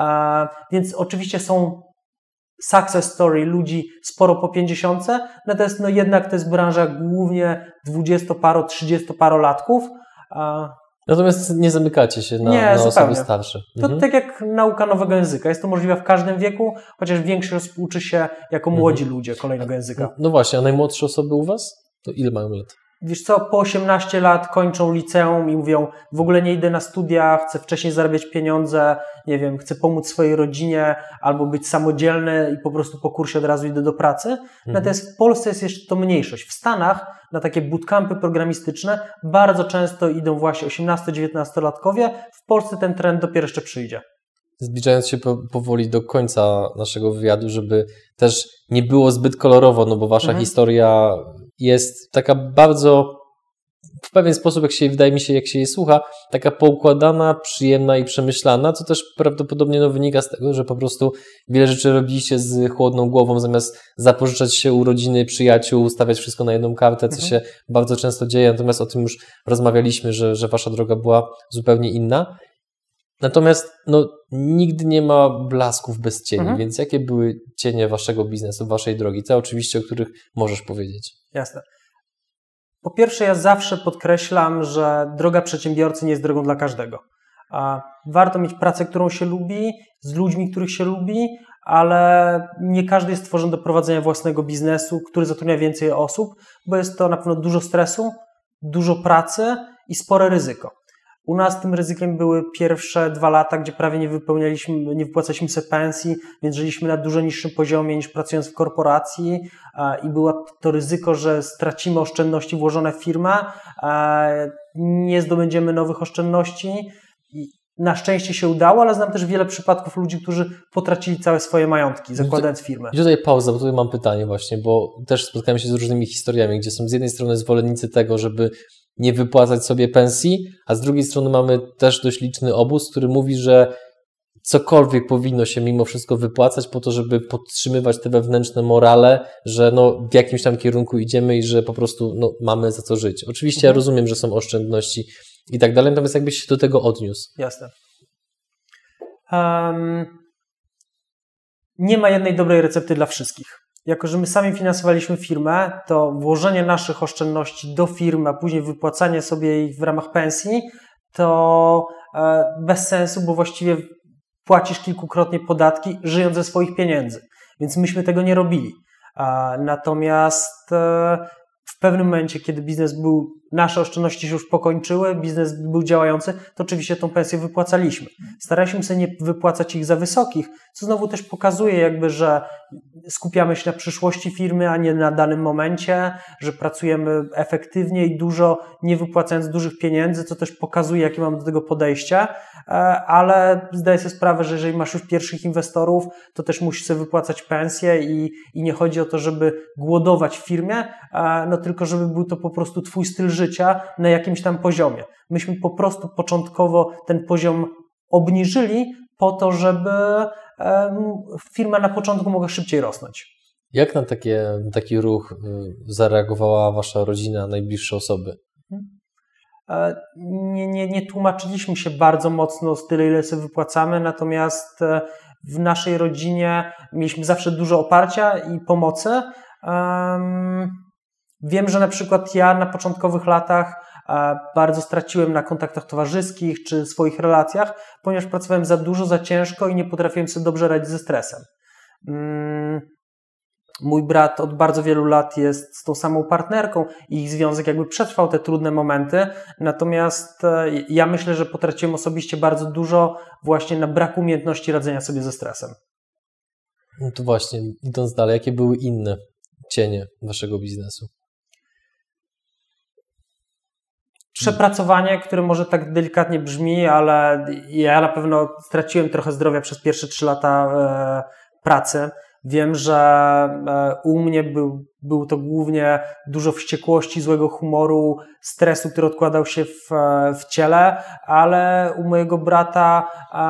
Więc oczywiście są success story ludzi sporo po 50, natomiast no jednak to jest branża głównie 20-paro, 30-parolatków.
Natomiast nie zamykacie się na osoby starsze.
To tak jak nauka nowego języka. Jest to możliwe w każdym wieku, chociaż większość uczy się jako młodzi ludzie kolejnego języka.
No właśnie, a najmłodsze osoby u Was? To ile mają lat?
Wiesz co, po 18 lat kończą liceum i mówią, w ogóle nie idę na studia, chcę wcześniej zarabiać pieniądze, nie wiem, chcę pomóc swojej rodzinie albo być samodzielny i po prostu po kursie od razu idę do pracy. Natomiast w Polsce jest jeszcze to mniejszość. W Stanach na takie bootcampy programistyczne bardzo często idą właśnie 18-19-latkowie. W Polsce ten trend dopiero jeszcze przyjdzie.
Zbliżając się powoli do końca naszego wywiadu, żeby też nie było zbyt kolorowo, no bo wasza historia jest taka bardzo, w pewien sposób, wydaje mi się, jak się jej słucha, taka poukładana, przyjemna i przemyślana, co też prawdopodobnie wynika z tego, że po prostu wiele rzeczy robiliście z chłodną głową, zamiast zapożyczać się u rodziny, przyjaciół, stawiać wszystko na jedną kartę, co się bardzo często dzieje, natomiast o tym już rozmawialiśmy, że wasza droga była zupełnie inna. Natomiast nigdy nie ma blasków bez cieni, więc jakie były cienie waszego biznesu, waszej drogi? Te oczywiście, o których możesz powiedzieć.
Jasne. Po pierwsze, ja zawsze podkreślam, że droga przedsiębiorcy nie jest drogą dla każdego. Warto mieć pracę, którą się lubi, z ludźmi, których się lubi, ale nie każdy jest stworzony do prowadzenia własnego biznesu, który zatrudnia więcej osób, bo jest to na pewno dużo stresu, dużo pracy i spore ryzyko. U nas tym ryzykiem były pierwsze 2 lata, gdzie prawie nie wypłacaliśmy sobie pensji, więc żyliśmy na dużo niższym poziomie niż pracując w korporacji i było to ryzyko, że stracimy oszczędności włożone w firmę, nie zdobędziemy nowych oszczędności. Na szczęście się udało, ale znam też wiele przypadków ludzi, którzy potracili całe swoje majątki, zakładając firmę.
I tutaj pauza, bo tutaj mam pytanie właśnie, bo też spotkałem się z różnymi historiami, gdzie są z jednej strony zwolennicy tego, żeby nie wypłacać sobie pensji, a z drugiej strony mamy też dość liczny obóz, który mówi, że cokolwiek powinno się mimo wszystko wypłacać po to, żeby podtrzymywać te wewnętrzne morale, że w jakimś tam kierunku idziemy i że po prostu mamy za co żyć. Oczywiście ja rozumiem, że są oszczędności i tak dalej, natomiast jakbyś się do tego odniósł.
Jasne. Nie ma jednej dobrej recepty dla wszystkich. Jako że my sami finansowaliśmy firmę, to włożenie naszych oszczędności do firmy, a później wypłacanie sobie jej w ramach pensji, to bez sensu, bo właściwie płacisz kilkukrotnie podatki, żyjąc ze swoich pieniędzy. Więc myśmy tego nie robili. Natomiast w pewnym momencie, kiedy nasze oszczędności się już pokończyły, biznes był działający, to oczywiście tą pensję wypłacaliśmy. Staraliśmy się nie wypłacać ich za wysokich, co znowu też pokazuje że skupiamy się na przyszłości firmy, a nie na danym momencie, że pracujemy efektywnie i dużo, nie wypłacając dużych pieniędzy, co też pokazuje, jakie mamy do tego podejście, ale zdaję sobie sprawę, że jeżeli masz już pierwszych inwestorów, to też musisz sobie wypłacać pensję i nie chodzi o to, żeby głodować w firmie, tylko żeby był to po prostu twój styl życia na jakimś tam poziomie. Myśmy po prostu początkowo ten poziom obniżyli po to, żeby firma na początku mogła szybciej rosnąć.
Jak na taki ruch zareagowała wasza rodzina, najbliższe osoby?
Nie tłumaczyliśmy się bardzo mocno z tyle, ile sobie wypłacamy, natomiast w naszej rodzinie mieliśmy zawsze dużo oparcia i pomocy. Wiem, że na przykład ja na początkowych latach bardzo straciłem na kontaktach towarzyskich czy swoich relacjach, ponieważ pracowałem za dużo, za ciężko i nie potrafiłem sobie dobrze radzić ze stresem. Mój brat od bardzo wielu lat jest z tą samą partnerką i ich związek przetrwał te trudne momenty, natomiast ja myślę, że potraciłem osobiście bardzo dużo właśnie na braku umiejętności radzenia sobie ze stresem.
No to właśnie, idąc dalej, jakie były inne cienie waszego biznesu?
Przepracowanie, które może tak delikatnie brzmi, ale ja na pewno straciłem trochę zdrowia przez pierwsze 3 lata pracy. Wiem, że u mnie był to głównie dużo wściekłości, złego humoru, stresu, który odkładał się w ciele, ale u mojego brata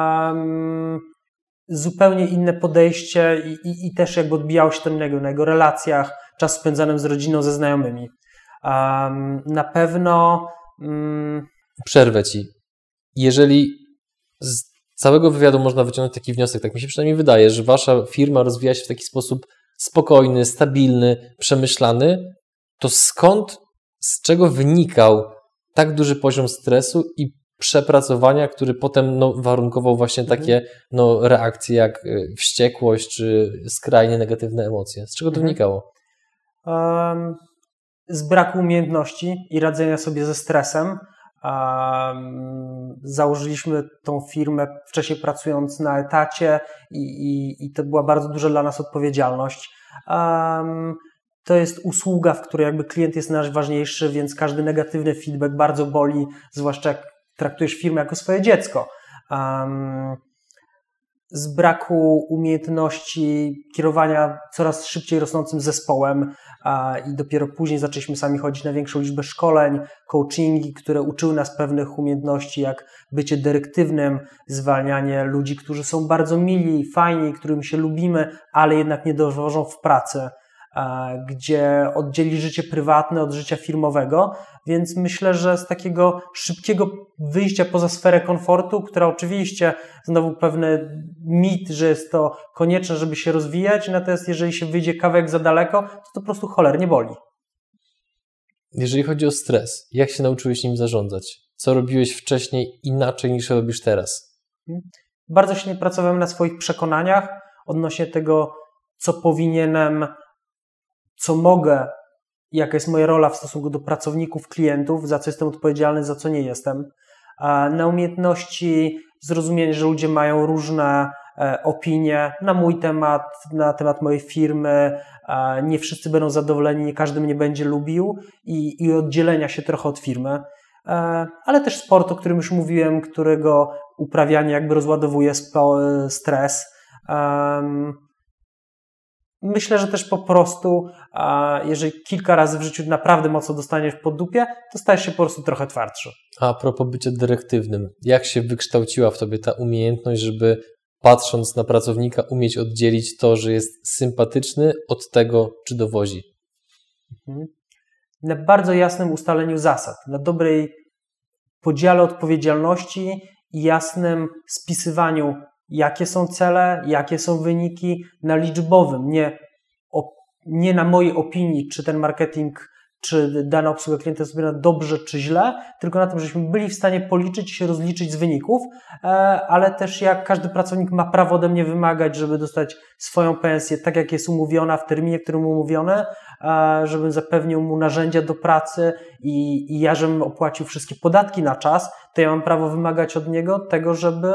zupełnie inne podejście i też jakby odbijało się to na jego relacjach, czas spędzanym z rodziną, ze znajomymi. Na pewno...
Przerwę Ci. Jeżeli z całego wywiadu można wyciągnąć taki wniosek, tak mi się przynajmniej wydaje, że Wasza firma rozwija się w taki sposób spokojny, stabilny, przemyślany, to skąd, z czego wynikał tak duży poziom stresu i przepracowania, który potem warunkował właśnie takie reakcje jak wściekłość czy skrajnie negatywne emocje? Z czego to wynikało?
Z braku umiejętności i radzenia sobie ze stresem. Założyliśmy tą firmę wcześniej pracując na etacie i to była bardzo duża dla nas odpowiedzialność. To jest usługa, w której jakby klient jest najważniejszy, więc każdy negatywny feedback bardzo boli, zwłaszcza jak traktujesz firmę jako swoje dziecko. Z braku umiejętności kierowania coraz szybciej rosnącym zespołem i dopiero później zaczęliśmy sami chodzić na większą liczbę szkoleń, coachingi, które uczyły nas pewnych umiejętności, jak bycie dyrektywnym, zwalnianie ludzi, którzy są bardzo mili, fajni, którym się lubimy, ale jednak nie dowożą w pracy, gdzie oddzieli życie prywatne od życia firmowego, więc myślę, że z takiego szybkiego wyjścia poza sferę komfortu, która oczywiście znowu pewny mit, że jest to konieczne, żeby się rozwijać, natomiast jeżeli się wyjdzie kawałek za daleko, to po prostu cholernie boli.
Jeżeli chodzi o stres, jak się nauczyłeś nim zarządzać? Co robiłeś wcześniej inaczej niż robisz teraz?
Bardzo silnie pracowałem na swoich przekonaniach odnośnie tego, co powinienem, co mogę, jaka jest moja rola w stosunku do pracowników, klientów, za co jestem odpowiedzialny, za co nie jestem. Na umiejętności zrozumienia, że ludzie mają różne opinie na mój temat, na temat mojej firmy. Nie wszyscy będą zadowoleni, nie każdy mnie będzie lubił i oddzielenia się trochę od firmy. Ale też sport, o którym już mówiłem, którego uprawianie jakby rozładowuje stres. Myślę, że też po prostu, jeżeli kilka razy w życiu naprawdę mocno dostaniesz po dupie, to stajesz się po prostu trochę twardszy.
A propos bycia dyrektywnym, jak się wykształciła w tobie ta umiejętność, żeby patrząc na pracownika umieć oddzielić to, że jest sympatyczny od tego, czy dowozi?
Na bardzo jasnym ustaleniu zasad, na dobrej podziale odpowiedzialności i jasnym spisywaniu, jakie są cele, jakie są wyniki, na liczbowym, nie na mojej opinii, czy ten marketing, czy dana obsługa klienta jest zrobiona dobrze, czy źle, tylko na tym, żebyśmy byli w stanie policzyć i się rozliczyć z wyników, ale też jak każdy pracownik ma prawo ode mnie wymagać, żeby dostać swoją pensję tak, jak jest umówiona, w terminie, którym umówione, żebym zapewnił mu narzędzia do pracy i ja, żebym opłacił wszystkie podatki na czas, to ja mam prawo wymagać od niego tego, żeby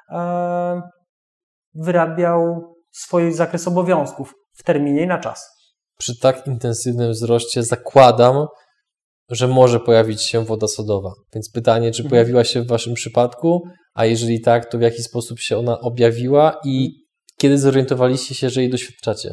wyrabiał swój zakres obowiązków w terminie i na czas.
Przy tak intensywnym wzroście zakładam, że może pojawić się woda sodowa. Więc pytanie, czy pojawiła się w waszym przypadku, a jeżeli tak, to w jaki sposób się ona objawiła i kiedy zorientowaliście się, że jej doświadczacie?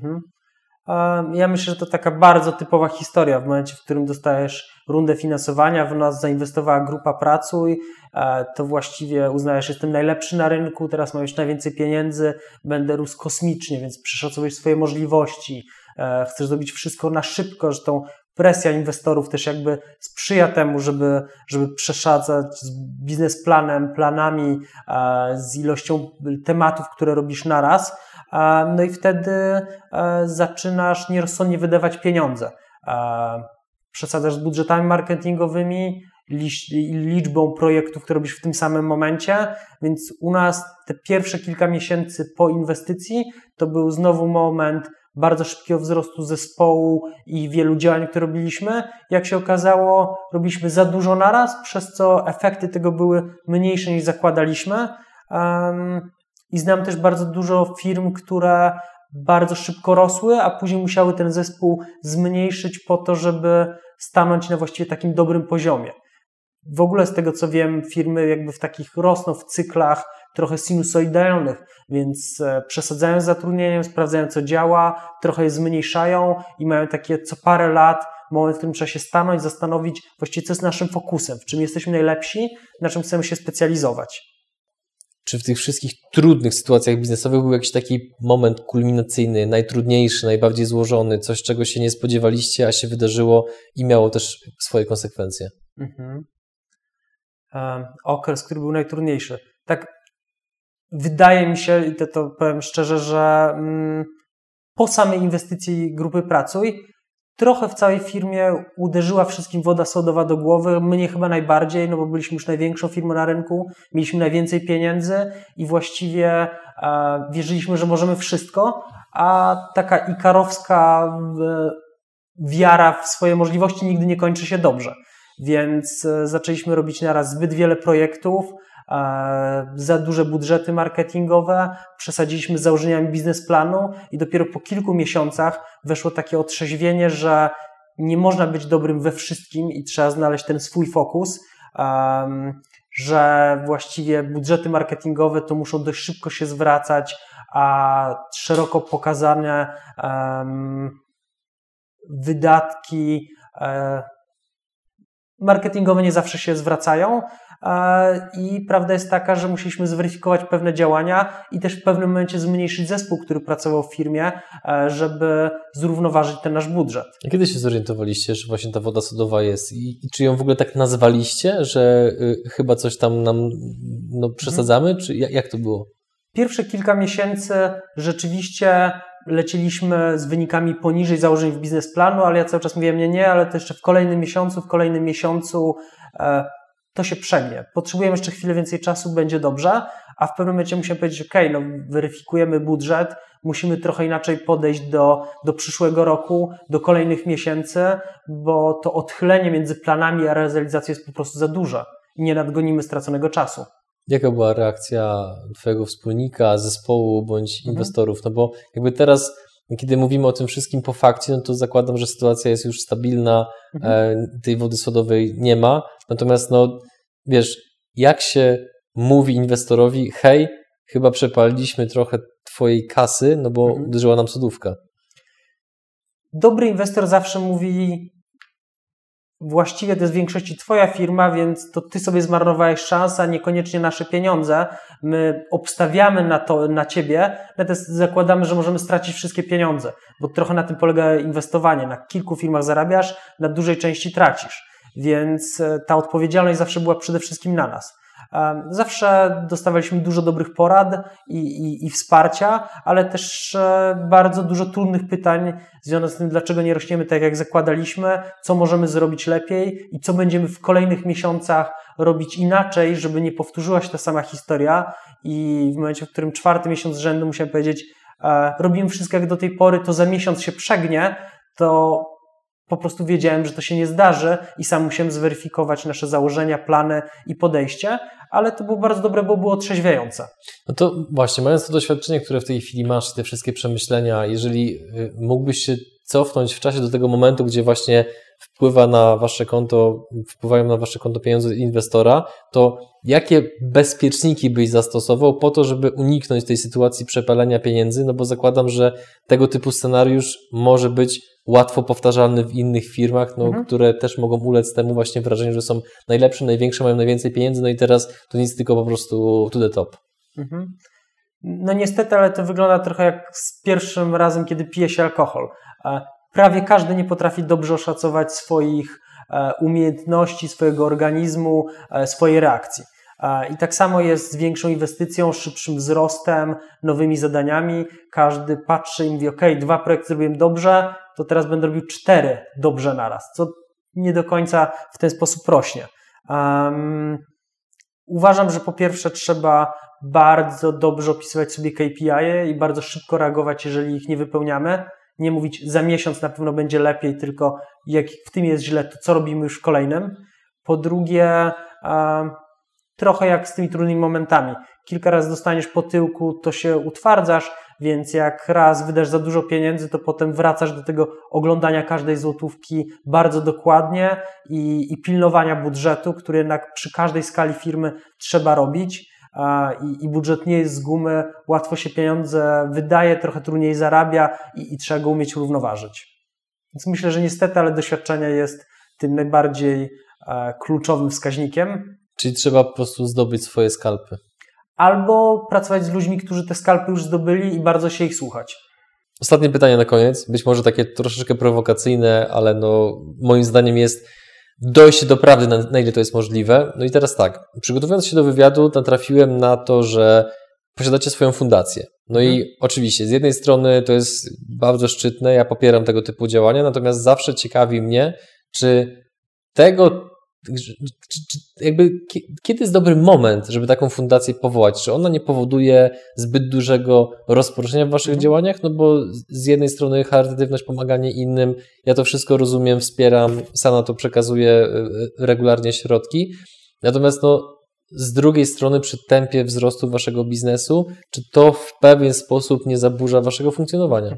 Ja myślę, że to taka bardzo typowa historia. W momencie, w którym dostajesz rundę finansowania, w nas zainwestowała grupa Pracuj, to właściwie uznajesz, że jestem najlepszy na rynku, teraz mam już najwięcej pieniędzy, będę rósł kosmicznie, więc przeszacowujesz swoje możliwości, chcesz zrobić wszystko na szybko, że tą presja inwestorów też jakby sprzyja temu, żeby przeszadzać z biznesplanem, planami, z ilością tematów, które robisz naraz. No i wtedy zaczynasz nierozsądnie wydawać pieniądze. Przesadzasz z budżetami marketingowymi, liczbą projektów, które robisz w tym samym momencie, więc u nas te pierwsze kilka miesięcy po inwestycji to był znowu moment bardzo szybkiego wzrostu zespołu i wielu działań, które robiliśmy. Jak się okazało, robiliśmy za dużo naraz, przez co efekty tego były mniejsze niż zakładaliśmy. I znam też bardzo dużo firm, które bardzo szybko rosły, a później musiały ten zespół zmniejszyć po to, żeby stanąć na właściwie takim dobrym poziomie. w ogóle z tego co wiem, firmy jakby w takich rosną w cyklach trochę sinusoidalnych, więc przesadzają z zatrudnieniem, sprawdzają co działa, trochę je zmniejszają i mają takie co parę lat moment, w którym trzeba się stanąć, zastanowić właściwie co jest naszym fokusem, w czym jesteśmy najlepsi, na czym chcemy się specjalizować.
Czy w tych wszystkich trudnych sytuacjach biznesowych był jakiś taki moment kulminacyjny, najtrudniejszy, najbardziej złożony, coś czego się nie spodziewaliście, a się wydarzyło i miało też swoje konsekwencje?
Okres, który był najtrudniejszy. Tak wydaje mi się, i to powiem szczerze, że po samej inwestycji grupy Pracuj trochę w całej firmie uderzyła wszystkim woda sodowa do głowy, mnie chyba najbardziej, no bo byliśmy już największą firmą na rynku, mieliśmy najwięcej pieniędzy i właściwie wierzyliśmy, że możemy wszystko, a taka ikarowska wiara w swoje możliwości nigdy nie kończy się dobrze. Więc zaczęliśmy robić naraz zbyt wiele projektów, za duże budżety marketingowe, przesadziliśmy z założeniami biznesplanu i dopiero po kilku miesiącach weszło takie otrzeźwienie, że nie można być dobrym we wszystkim i trzeba znaleźć ten swój fokus, że właściwie budżety marketingowe to muszą dość szybko się zwracać, a szeroko pokazane wydatki marketingowe nie zawsze się zwracają i prawda jest taka, że musieliśmy zweryfikować pewne działania i też w pewnym momencie zmniejszyć zespół, który pracował w firmie, żeby zrównoważyć ten nasz budżet.
A kiedy się zorientowaliście, że właśnie ta woda sodowa jest i czy ją w ogóle tak nazwaliście, że chyba coś tam nam przesadzamy, czy jak to było?
Pierwsze kilka miesięcy rzeczywiście lecieliśmy z wynikami poniżej założeń w biznesplanu, ale ja cały czas mówiłem nie, ale to jeszcze w kolejnym miesiącu to się przegnie. Potrzebujemy jeszcze chwilę więcej czasu, będzie dobrze, a w pewnym momencie musimy powiedzieć, weryfikujemy budżet, musimy trochę inaczej podejść do przyszłego roku, do kolejnych miesięcy, bo to odchylenie między planami a realizacją jest po prostu za duże i nie nadgonimy straconego czasu.
Jaka była reakcja twojego wspólnika, zespołu bądź inwestorów? No bo jakby teraz, kiedy mówimy o tym wszystkim po fakcie, no to zakładam, że sytuacja jest już stabilna, tej wody sodowej nie ma. Natomiast wiesz, jak się mówi inwestorowi, hej, chyba przepaliliśmy trochę twojej kasy, no bo uderzyła nam sodówka.
Dobry inwestor zawsze mówi, właściwie to jest w większości twoja firma, więc to ty sobie zmarnowałeś szansę, a niekoniecznie nasze pieniądze. My obstawiamy na ciebie, natomiast zakładamy, że możemy stracić wszystkie pieniądze, bo trochę na tym polega inwestowanie. Na kilku firmach zarabiasz, na dużej części tracisz, więc ta odpowiedzialność zawsze była przede wszystkim na nas. Zawsze dostawaliśmy dużo dobrych porad i wsparcia, ale też bardzo dużo trudnych pytań związanych z tym, dlaczego nie rośniemy tak, jak zakładaliśmy, co możemy zrobić lepiej i co będziemy w kolejnych miesiącach robić inaczej, żeby nie powtórzyła się ta sama historia. I w momencie, w którym 4. miesiąc z rzędu musiałem powiedzieć, robimy wszystko jak do tej pory, to za miesiąc się przegnie, to po prostu wiedziałem, że to się nie zdarzy i sam musiałem zweryfikować nasze założenia, plany i podejście, ale to było bardzo dobre, bo było otrzeźwiające. No
to właśnie, mając to doświadczenie, które w tej chwili masz, te wszystkie przemyślenia, jeżeli mógłbyś się cofnąć w czasie do tego momentu, gdzie właśnie wpływają na wasze konto pieniądze inwestora, to jakie bezpieczniki byś zastosował po to, żeby uniknąć tej sytuacji przepalenia pieniędzy? No bo zakładam, że tego typu scenariusz może być łatwo powtarzalny w innych firmach, które też mogą ulec temu właśnie wrażeniu, że są najlepsze, największe, mają najwięcej pieniędzy, no i teraz to nic, tylko po prostu to the top.
No niestety, ale to wygląda trochę jak z pierwszym razem, kiedy pije się alkohol. Prawie każdy nie potrafi dobrze oszacować swoich umiejętności, swojego organizmu, swojej reakcji. I tak samo jest z większą inwestycją, szybszym wzrostem, nowymi zadaniami. Każdy patrzy i mówi, 2 projekty zrobiłem dobrze, to teraz będę robił 4 dobrze naraz, co nie do końca w ten sposób rośnie. Uważam, że po pierwsze trzeba bardzo dobrze opisywać sobie KPI-e i bardzo szybko reagować, jeżeli ich nie wypełniamy. Nie mówić, za miesiąc na pewno będzie lepiej, tylko jak w tym jest źle, to co robimy już w kolejnym. Po drugie, trochę jak z tymi trudnymi momentami. Kilka razy dostaniesz po tyłku, to się utwardzasz, więc jak raz wydasz za dużo pieniędzy, to potem wracasz do tego oglądania każdej złotówki bardzo dokładnie i pilnowania budżetu, który jednak przy każdej skali firmy trzeba robić. I budżet nie jest z gumy, łatwo się pieniądze wydaje, trochę trudniej zarabia i trzeba go umieć równoważyć. Więc myślę, że niestety, ale doświadczenie jest tym najbardziej kluczowym wskaźnikiem.
Czyli trzeba po prostu zdobyć swoje skalpy.
Albo pracować z ludźmi, którzy te skalpy już zdobyli i bardzo się ich słuchać.
Ostatnie pytanie na koniec, być może takie troszeczkę prowokacyjne, ale moim zdaniem jest dojście do prawdy, na ile to jest możliwe. No i teraz tak, przygotowując się do wywiadu, natrafiłem na to, że posiadacie swoją fundację. No i oczywiście, z jednej strony to jest bardzo szczytne, ja popieram tego typu działania, natomiast zawsze ciekawi mnie, kiedy jest dobry moment, żeby taką fundację powołać? Czy ona nie powoduje zbyt dużego rozproszenia w waszych działaniach? No bo z jednej strony charytatywność, pomaganie innym, ja to wszystko rozumiem, wspieram, sam na to przekazuję regularnie środki. Natomiast z drugiej strony przy tempie wzrostu waszego biznesu, czy to w pewien sposób nie zaburza waszego funkcjonowania?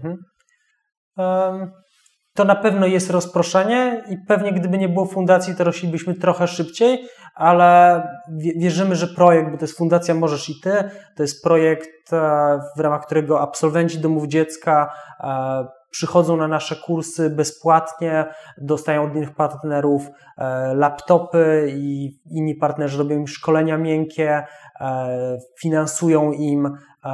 To na pewno jest rozproszenie i pewnie gdyby nie było fundacji, to roślibyśmy trochę szybciej, ale wierzymy, że projekt, bo to jest Fundacja Możesz i Ty, to jest projekt, w ramach którego absolwenci domów dziecka przychodzą na nasze kursy bezpłatnie, dostają od innych partnerów laptopy i inni partnerzy robią im szkolenia miękkie, finansują im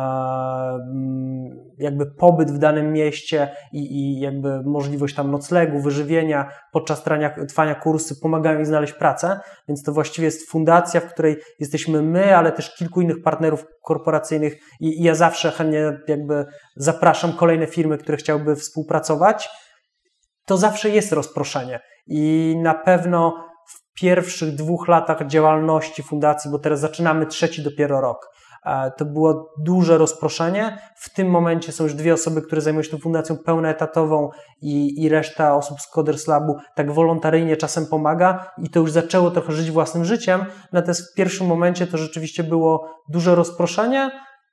jakby pobyt w danym mieście i jakby możliwość tam noclegu, wyżywienia podczas trwania kursy, pomagają im znaleźć pracę, więc to właściwie jest fundacja, w której jesteśmy my, ale też kilku innych partnerów korporacyjnych i ja zawsze chętnie jakby zapraszam kolejne firmy, które chciałyby współpracować. To zawsze jest rozproszenie i na pewno w pierwszych 2 latach działalności fundacji, bo teraz zaczynamy 3 dopiero rok, to było duże rozproszenie. W tym momencie są już 2 osoby, które zajmują się tą fundacją pełnoetatową i reszta osób z Coders Labu tak wolontaryjnie czasem pomaga i to już zaczęło trochę żyć własnym życiem. Natomiast w pierwszym momencie to rzeczywiście było duże rozproszenie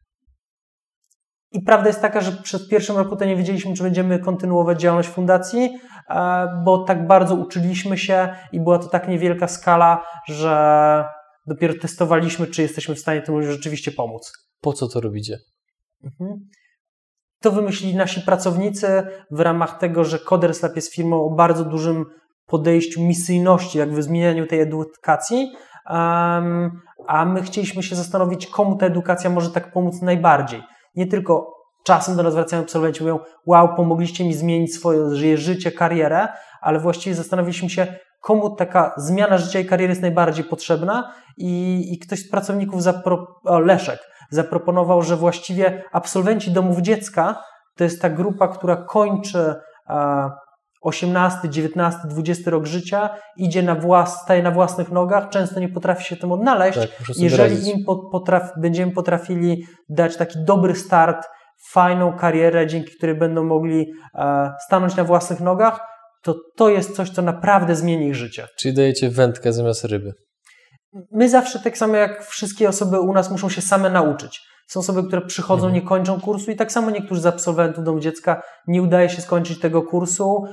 i prawda jest taka, że przez pierwszym roku to nie wiedzieliśmy, czy będziemy kontynuować działalność fundacji, bo tak bardzo uczyliśmy się i była to tak niewielka skala, że dopiero testowaliśmy, czy jesteśmy w stanie temu rzeczywiście pomóc.
Po co to robicie?
To wymyślili nasi pracownicy w ramach tego, że Coders Lab jest firmą o bardzo dużym podejściu misyjności, jakby w zmienianiu tej edukacji, a my chcieliśmy się zastanowić, komu ta edukacja może tak pomóc najbardziej. Nie tylko czasem do nas wracają absolwenci, mówią, wow, pomogliście mi zmienić swoje życie, karierę, ale właściwie zastanowiliśmy się, komu taka zmiana życia i kariery jest najbardziej potrzebna i ktoś z pracowników, Leszek, zaproponował, że właściwie absolwenci domów dziecka to jest ta grupa, która kończy 18, 19, 20 rok życia, staje na własnych nogach, często nie potrafi się tym odnaleźć.
Tak,
jeżeli im będziemy potrafili dać taki dobry start, fajną karierę, dzięki której będą mogli stanąć na własnych nogach, to jest coś, co naprawdę zmieni ich życie.
Czyli dajecie wędkę zamiast ryby.
My zawsze, tak samo jak wszystkie osoby u nas, muszą się same nauczyć. Są osoby, które przychodzą, nie kończą kursu i tak samo niektórzy z absolwentów domu dziecka nie udaje się skończyć tego kursu.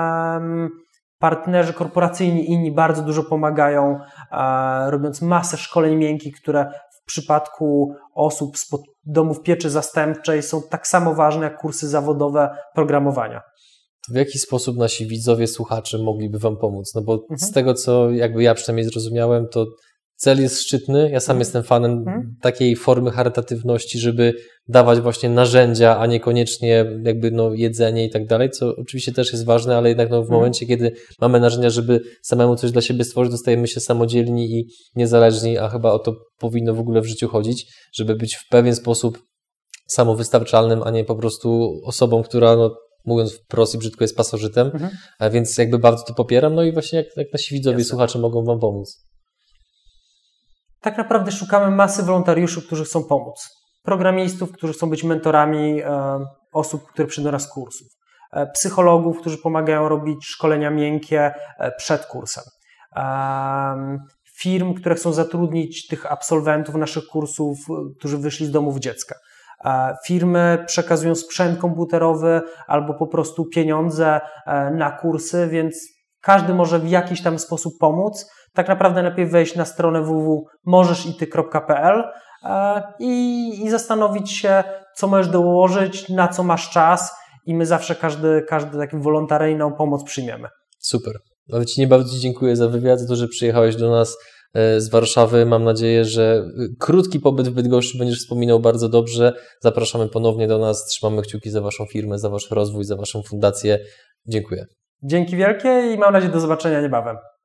Partnerzy korporacyjni inni bardzo dużo pomagają, robiąc masę szkoleń miękkich, które w przypadku osób z domów pieczy zastępczej są tak samo ważne jak kursy zawodowe programowania.
W jaki sposób nasi widzowie, słuchacze mogliby wam pomóc? No bo z tego, co jakby ja przynajmniej zrozumiałem, to cel jest szczytny. Ja sam jestem fanem takiej formy charytatywności, żeby dawać właśnie narzędzia, a niekoniecznie jakby jedzenie i tak dalej, co oczywiście też jest ważne, ale jednak w momencie, kiedy mamy narzędzia, żeby samemu coś dla siebie stworzyć, to stajemy się samodzielni i niezależni, a chyba o to powinno w ogóle w życiu chodzić, żeby być w pewien sposób samowystarczalnym, a nie po prostu osobą, która mówiąc wprost i brzydko jest pasożytem, a więc jakby bardzo to popieram. No i właśnie jak nasi widzowie, słuchacze mogą wam pomóc?
Tak naprawdę szukamy masy wolontariuszy, którzy chcą pomóc. Programistów, którzy chcą być mentorami osób, które przyjdą na z kursów. Psychologów, którzy pomagają robić szkolenia miękkie przed kursem. Firm, które chcą zatrudnić tych absolwentów naszych kursów, którzy wyszli z domów dziecka. Firmy przekazują sprzęt komputerowy albo po prostu pieniądze na kursy, więc każdy może w jakiś tam sposób pomóc. Tak naprawdę lepiej wejść na stronę www.możeszity.pl i zastanowić się, co możesz dołożyć, na co masz czas i my zawsze każdy taki wolontaryjną pomoc przyjmiemy.
Super. Ale Ci bardzo dziękuję za wywiad, za to, że przyjechałeś do nas z Warszawy. Mam nadzieję, że krótki pobyt w Bydgoszczy będziesz wspominał bardzo dobrze. Zapraszamy ponownie do nas. Trzymamy kciuki za Waszą firmę, za Wasz rozwój, za Waszą fundację. Dziękuję.
Dzięki wielkie i mam nadzieję do zobaczenia niebawem.